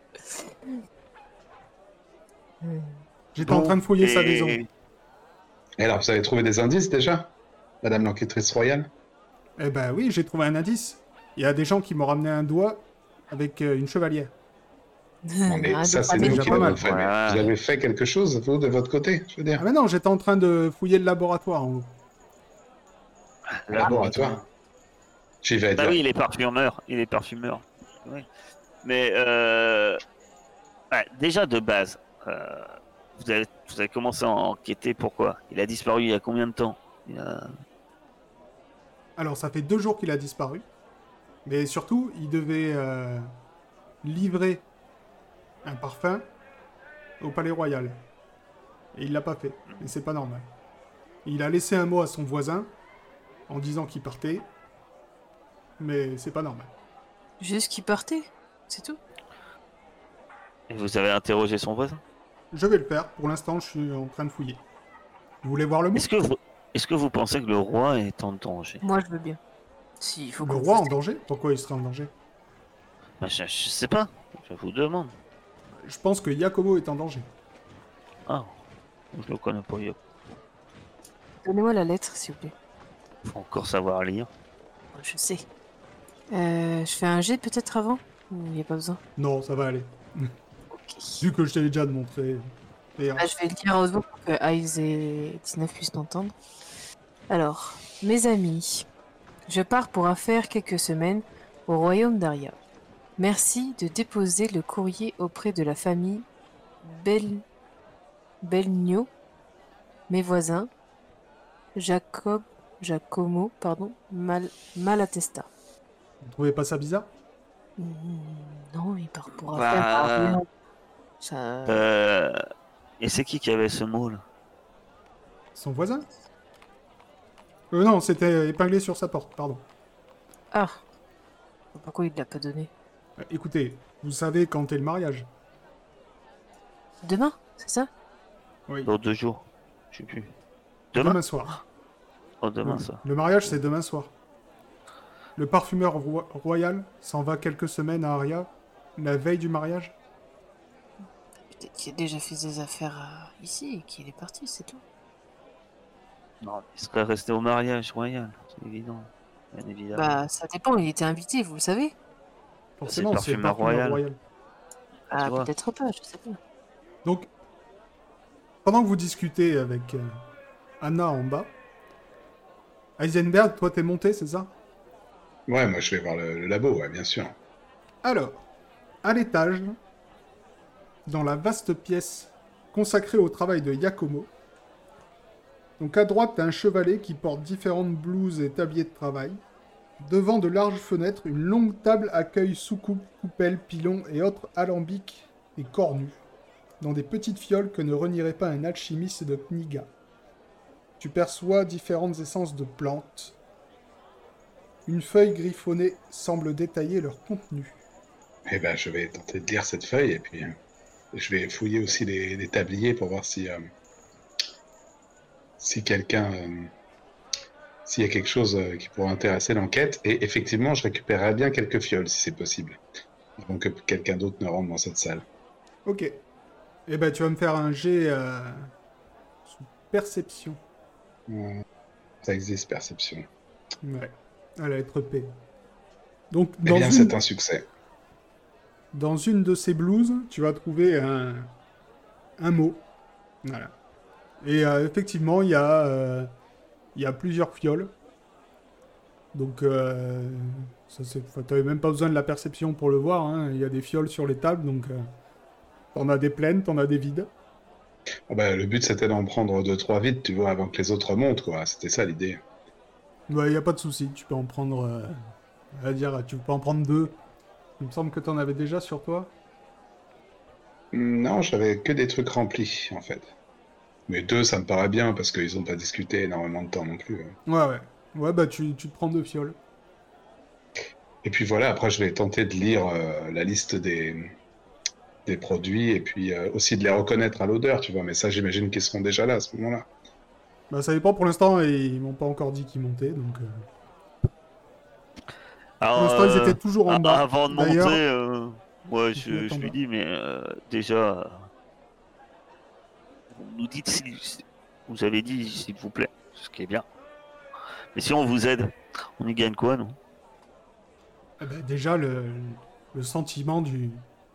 J'étais en Bon, train de fouiller sa et- maison. Et alors, vous avez trouvé des indices déjà, Madame l'enquêtrice royale? Eh ben oui, j'ai trouvé un indice. Il y a des gens qui m'ont ramené un doigt avec euh, une chevalière. Non, mais Arrête ça, de c'est parler nous déjà qui pas l'avons mal. fait. Mais Voilà. vous avez fait quelque chose, vous, de votre côté, je veux dire. Ah mais non, j'étais en train de fouiller le laboratoire en haut. Laboratoire. J'y vais Bah dire. oui, il est parfumeur. Il est parfumeur. Oui. Mais euh... ouais, déjà de base, euh, vous, avez, vous avez commencé à enquêter pourquoi? Il a disparu il y a combien de temps? Il a... Alors, ça fait deux jours qu'il a disparu. Mais surtout, il devait euh, livrer un parfum au Palais Royal. Et il l'a pas fait. Et c'est pas normal. Il a laissé un mot à son voisin en disant qu'il partait. Mais c'est pas normal. Juste qu'il partait, c'est tout. Et vous avez interrogé son voisin? Je vais le faire. Pour l'instant, je suis en train de fouiller. Vous voulez voir le mot? Est-ce que vous, est-ce que vous pensez que le roi est en danger? Moi, je veux bien. Si, il faut Le qu'on roi en fasse- danger? Pourquoi il serait en danger? Bah, je, je sais pas. Je vous demande. Je pense que Yakomo est en danger. Ah, je le connais pas. Il Donnez-moi la lettre, s'il vous plaît. faut encore savoir lire. Je sais. Euh, je fais un jet peut-être avant? Ou il n'y a pas besoin? Non, ça va aller. Ok. Vu que je t'ai déjà montré. Et, euh, Ah, je vais le dire à haute voix pour que Ice et dix-neuf puissent l'entendre. Alors, mes amis, je pars pour affaire quelques semaines au royaume d'Aria. Merci de déposer le courrier auprès de la famille Bel... Belgno, mes voisins, Jacob, Giacomo, pardon, Mal... Malatesta. vous trouvez pas ça bizarre? Hmm, non, il part pour Bah, affaire à Aria. Ça... Euh... Et c'est qui qui avait ce mot là? Son voisin? Euh, non, c'était épinglé sur sa porte, pardon. Ah, pourquoi il ne l'a pas donné? Euh, écoutez, vous savez quand est le mariage? Demain, c'est ça? Oui. Dans deux jours. Je sais plus. Demain? Demain soir. Oh, demain Oui. ça. Le mariage, c'est demain soir. Le parfumeur roi- royal s'en va quelques semaines à Aria, la veille du mariage. Peut-être qu'il a déjà fait des affaires euh, ici et qu'il est parti, c'est tout. Non, il serait resté au mariage royal, c'est évident. Bien évidemment. Bah, ça dépend, il était invité, vous le savez? Forcément, le c'est le parfumeur parfumeur royal. royal. Ah, vois. peut-être pas, je sais pas. Donc, pendant que vous discutez avec euh, Anna en bas, Heisenberg, toi t'es monté, c'est ça? Ouais, moi je vais voir le, le labo, ouais, bien sûr. Alors, à l'étage, dans la vaste pièce consacrée au travail de Yakomo, donc à droite, t'as un chevalet qui porte différentes blouses et tabliers de travail. Devant de larges fenêtres, une longue table accueille soucoupes, coupelles, pilons et autres alambics et cornus, dans des petites fioles que ne renierait pas un alchimiste de Kniga. Tu perçois différentes essences de plantes. Une feuille griffonnée semble détailler leur contenu. Eh ben, je vais tenter de lire cette feuille et puis euh, je vais fouiller aussi les, les tabliers pour voir si euh, si quelqu'un euh, s'il y a quelque chose euh, qui pourrait intéresser l'enquête. Et effectivement, je récupérerai bien quelques fioles si c'est possible, avant que quelqu'un d'autre ne rentre dans cette salle. Ok. Eh ben, tu vas me faire un jet euh, sous perception. Euh, ça existe, perception. Ouais. À la lettre P. Donc, Eh dans, bien, une, c'est un succès. dans une de ces blouses, tu vas trouver un, un mot. Voilà. Et euh, effectivement, il y, a, euh, il y a plusieurs fioles. Donc, euh, ça c'est, enfin, t'avais même pas besoin de la perception pour le voir. Hein. Il y a des fioles sur les tables, donc euh, t'en as des pleines, t'en as des vides. Oh, bah, le but, c'était d'en prendre deux, trois vides, tu vois, avant que les autres remontent, quoi. C'était ça l'idée. Ouais, il n'y a pas de souci. Tu peux en prendre. Euh, on va dire, tu peux en prendre deux. Il me semble que t'en avais déjà sur toi. Non, j'avais que des trucs remplis, en fait. Mais deux, ça me paraît bien, parce qu'ils ont pas discuté énormément de temps non plus. hein. Ouais, ouais. Ouais, bah tu, tu te prends deux fioles. Et puis voilà, après, je vais tenter de lire euh, la liste des, des produits, et puis euh, aussi de les reconnaître à l'odeur, tu vois. Mais ça, j'imagine qu'ils seront déjà là, à ce moment-là. Bah ça dépend pour l'instant, et ils m'ont pas encore dit qu'ils montaient, donc... euh, Pour Alors, l'instant, ils euh, étaient toujours en a- bas. avant de monter, D'ailleurs, euh, moi faut qu'ils je, mettent en je lui bas. dis, mais euh, déjà, vous nous dites si, si- vous avez dit s'il vous plaît, ce qui est bien. Mais si on vous aide, on y gagne quoi, non? Eh ben, déjà, le, le sentiment du...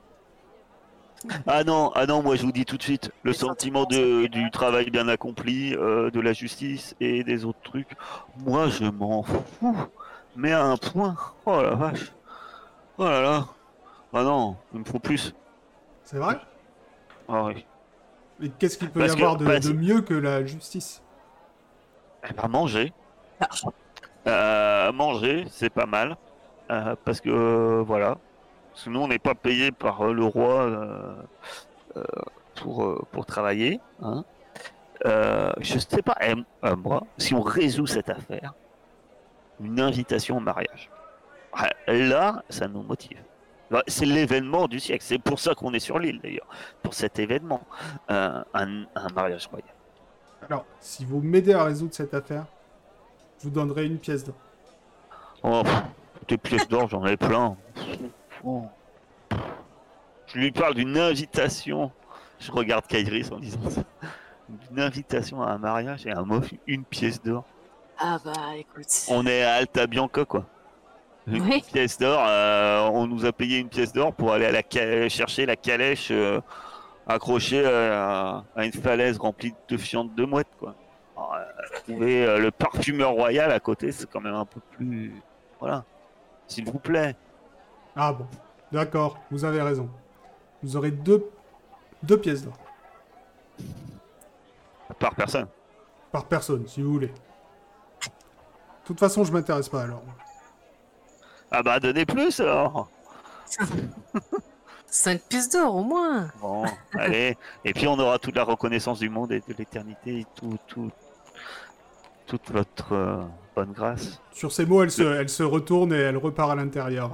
Ah non, ah non, moi je vous dis tout de suite, le Les sentiment sentiments, ça me de, fait du mal. travail bien accompli, euh, de la justice et des autres trucs, moi je m'en fous. Mais à un point, oh la vache, oh là là, ah non, il me faut plus. C'est vrai? Ah oui. Mais qu'est-ce qu'il peut y Parce que, avoir de, parce, de mieux que la justice? eh ben, manger, L'argent. Euh, manger, c'est pas mal. Euh, parce que euh, voilà. Sinon, on n'est pas payé par euh, le roi euh, euh, pour, euh, pour travailler. Hein. Euh, je sais pas, eh, euh, moi, si on résout cette affaire, une invitation au mariage. Ah, là, ça nous motive. Ouais, c'est l'événement du siècle. C'est pour ça qu'on est sur l'île, d'ailleurs. Pour cet événement. Euh, un, un mariage royal. Alors, si vous m'aidez à résoudre cette affaire, je vous donnerai une pièce d'or. Oh, pff, des pièces d'or, j'en ai plein. Oh. Je lui parle d'une invitation. Je regarde Kairis en disant ça. Une invitation à un mariage et un mot, une pièce d'or. Ah bah écoute. On est à Alta Bianca, quoi. Une Oui. pièce d'or, euh, on nous a payé une pièce d'or pour aller à la ca- chercher la calèche euh, accrochée à, à une falaise remplie de fientes de mouettes, quoi. Alors, euh, trouver euh, le parfumeur royal à côté, c'est quand même un peu plus. Voilà. S'il vous plaît. Ah bon, d'accord, vous avez raison. Vous aurez deux, deux pièces d'or. Par personne. Par personne, si vous voulez. De toute façon, je m'intéresse pas alors. Ah bah, donnez plus alors. Cinq pièces d'or au moins. Bon, allez. Et puis on aura toute la reconnaissance du monde et de l'éternité et tout, tout, toute votre euh, bonne grâce. Sur ces mots, elle se, elle se retourne et elle repart à l'intérieur.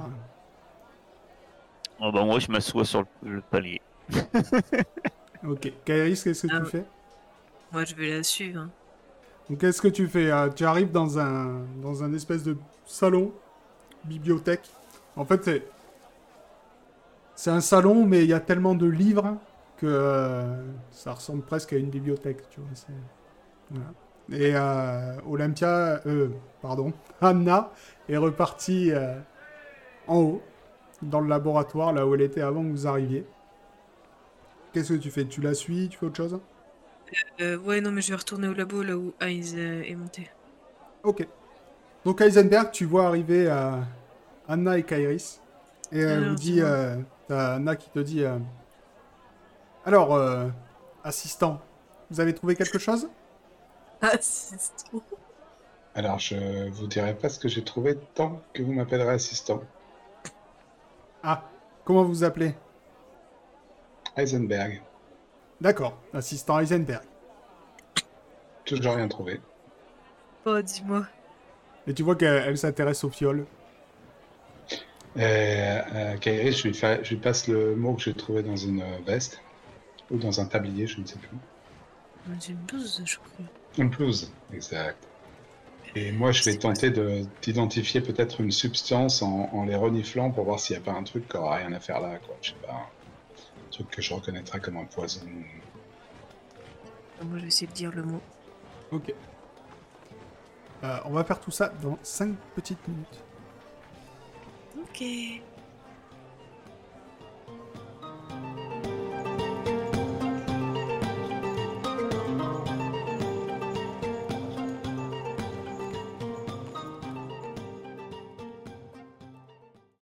Oh bah moi je m'assois sur le, le palier. Ok. Kairis, qu'est-ce que Ah tu ouais. fais? Moi je vais la suivre. hein. Donc, qu'est-ce que tu fais? Euh, Tu arrives dans un, dans un espèce de salon, bibliothèque. En fait, c'est, c'est un salon, mais il y a tellement de livres que euh, ça ressemble presque à une bibliothèque, tu vois. c'est- Voilà. Et euh, Olympia, euh, pardon, Anna est repartie euh, en haut, dans le laboratoire, là où elle était avant que vous arriviez. Qu'est-ce que tu fais? Tu la suis? Tu fais autre chose? Euh, ouais non mais je vais retourner au labo là où Aiz euh, est monté. Ok. Donc Heisenberg, tu vois arriver euh, Anna et Kairis. Et elle Alors, vous dit, dis-moi. euh, t'as Anna qui te dit, euh, alors, euh, assistant, vous avez trouvé quelque chose? Assistant. Alors, je vous dirai pas ce que j'ai trouvé tant que vous m'appellerez assistant. Ah, comment vous vous appelez? Heisenberg. D'accord, assistant Heisenberg. Toujours rien trouvé. Oh dis-moi. Et tu vois qu'elle elle s'intéresse au fiole. Euh, euh, Kairi, je lui, fa- je lui passe le mot que j'ai trouvé dans une euh, veste. Ou dans un tablier, je ne sais plus. C'est une blouse je crois. Une blouse, exact. Et moi, je vais C'est quoi, tenter de- d'identifier peut-être une substance en, en les reniflant pour voir s'il n'y a pas un truc qui aura rien à faire là, quoi. Je sais pas. Un truc que je reconnaîtrais comme un poison. ça Moi je vais essayer de dire le mot. Ok. Euh, on va faire tout ça dans cinq petites minutes. Ok.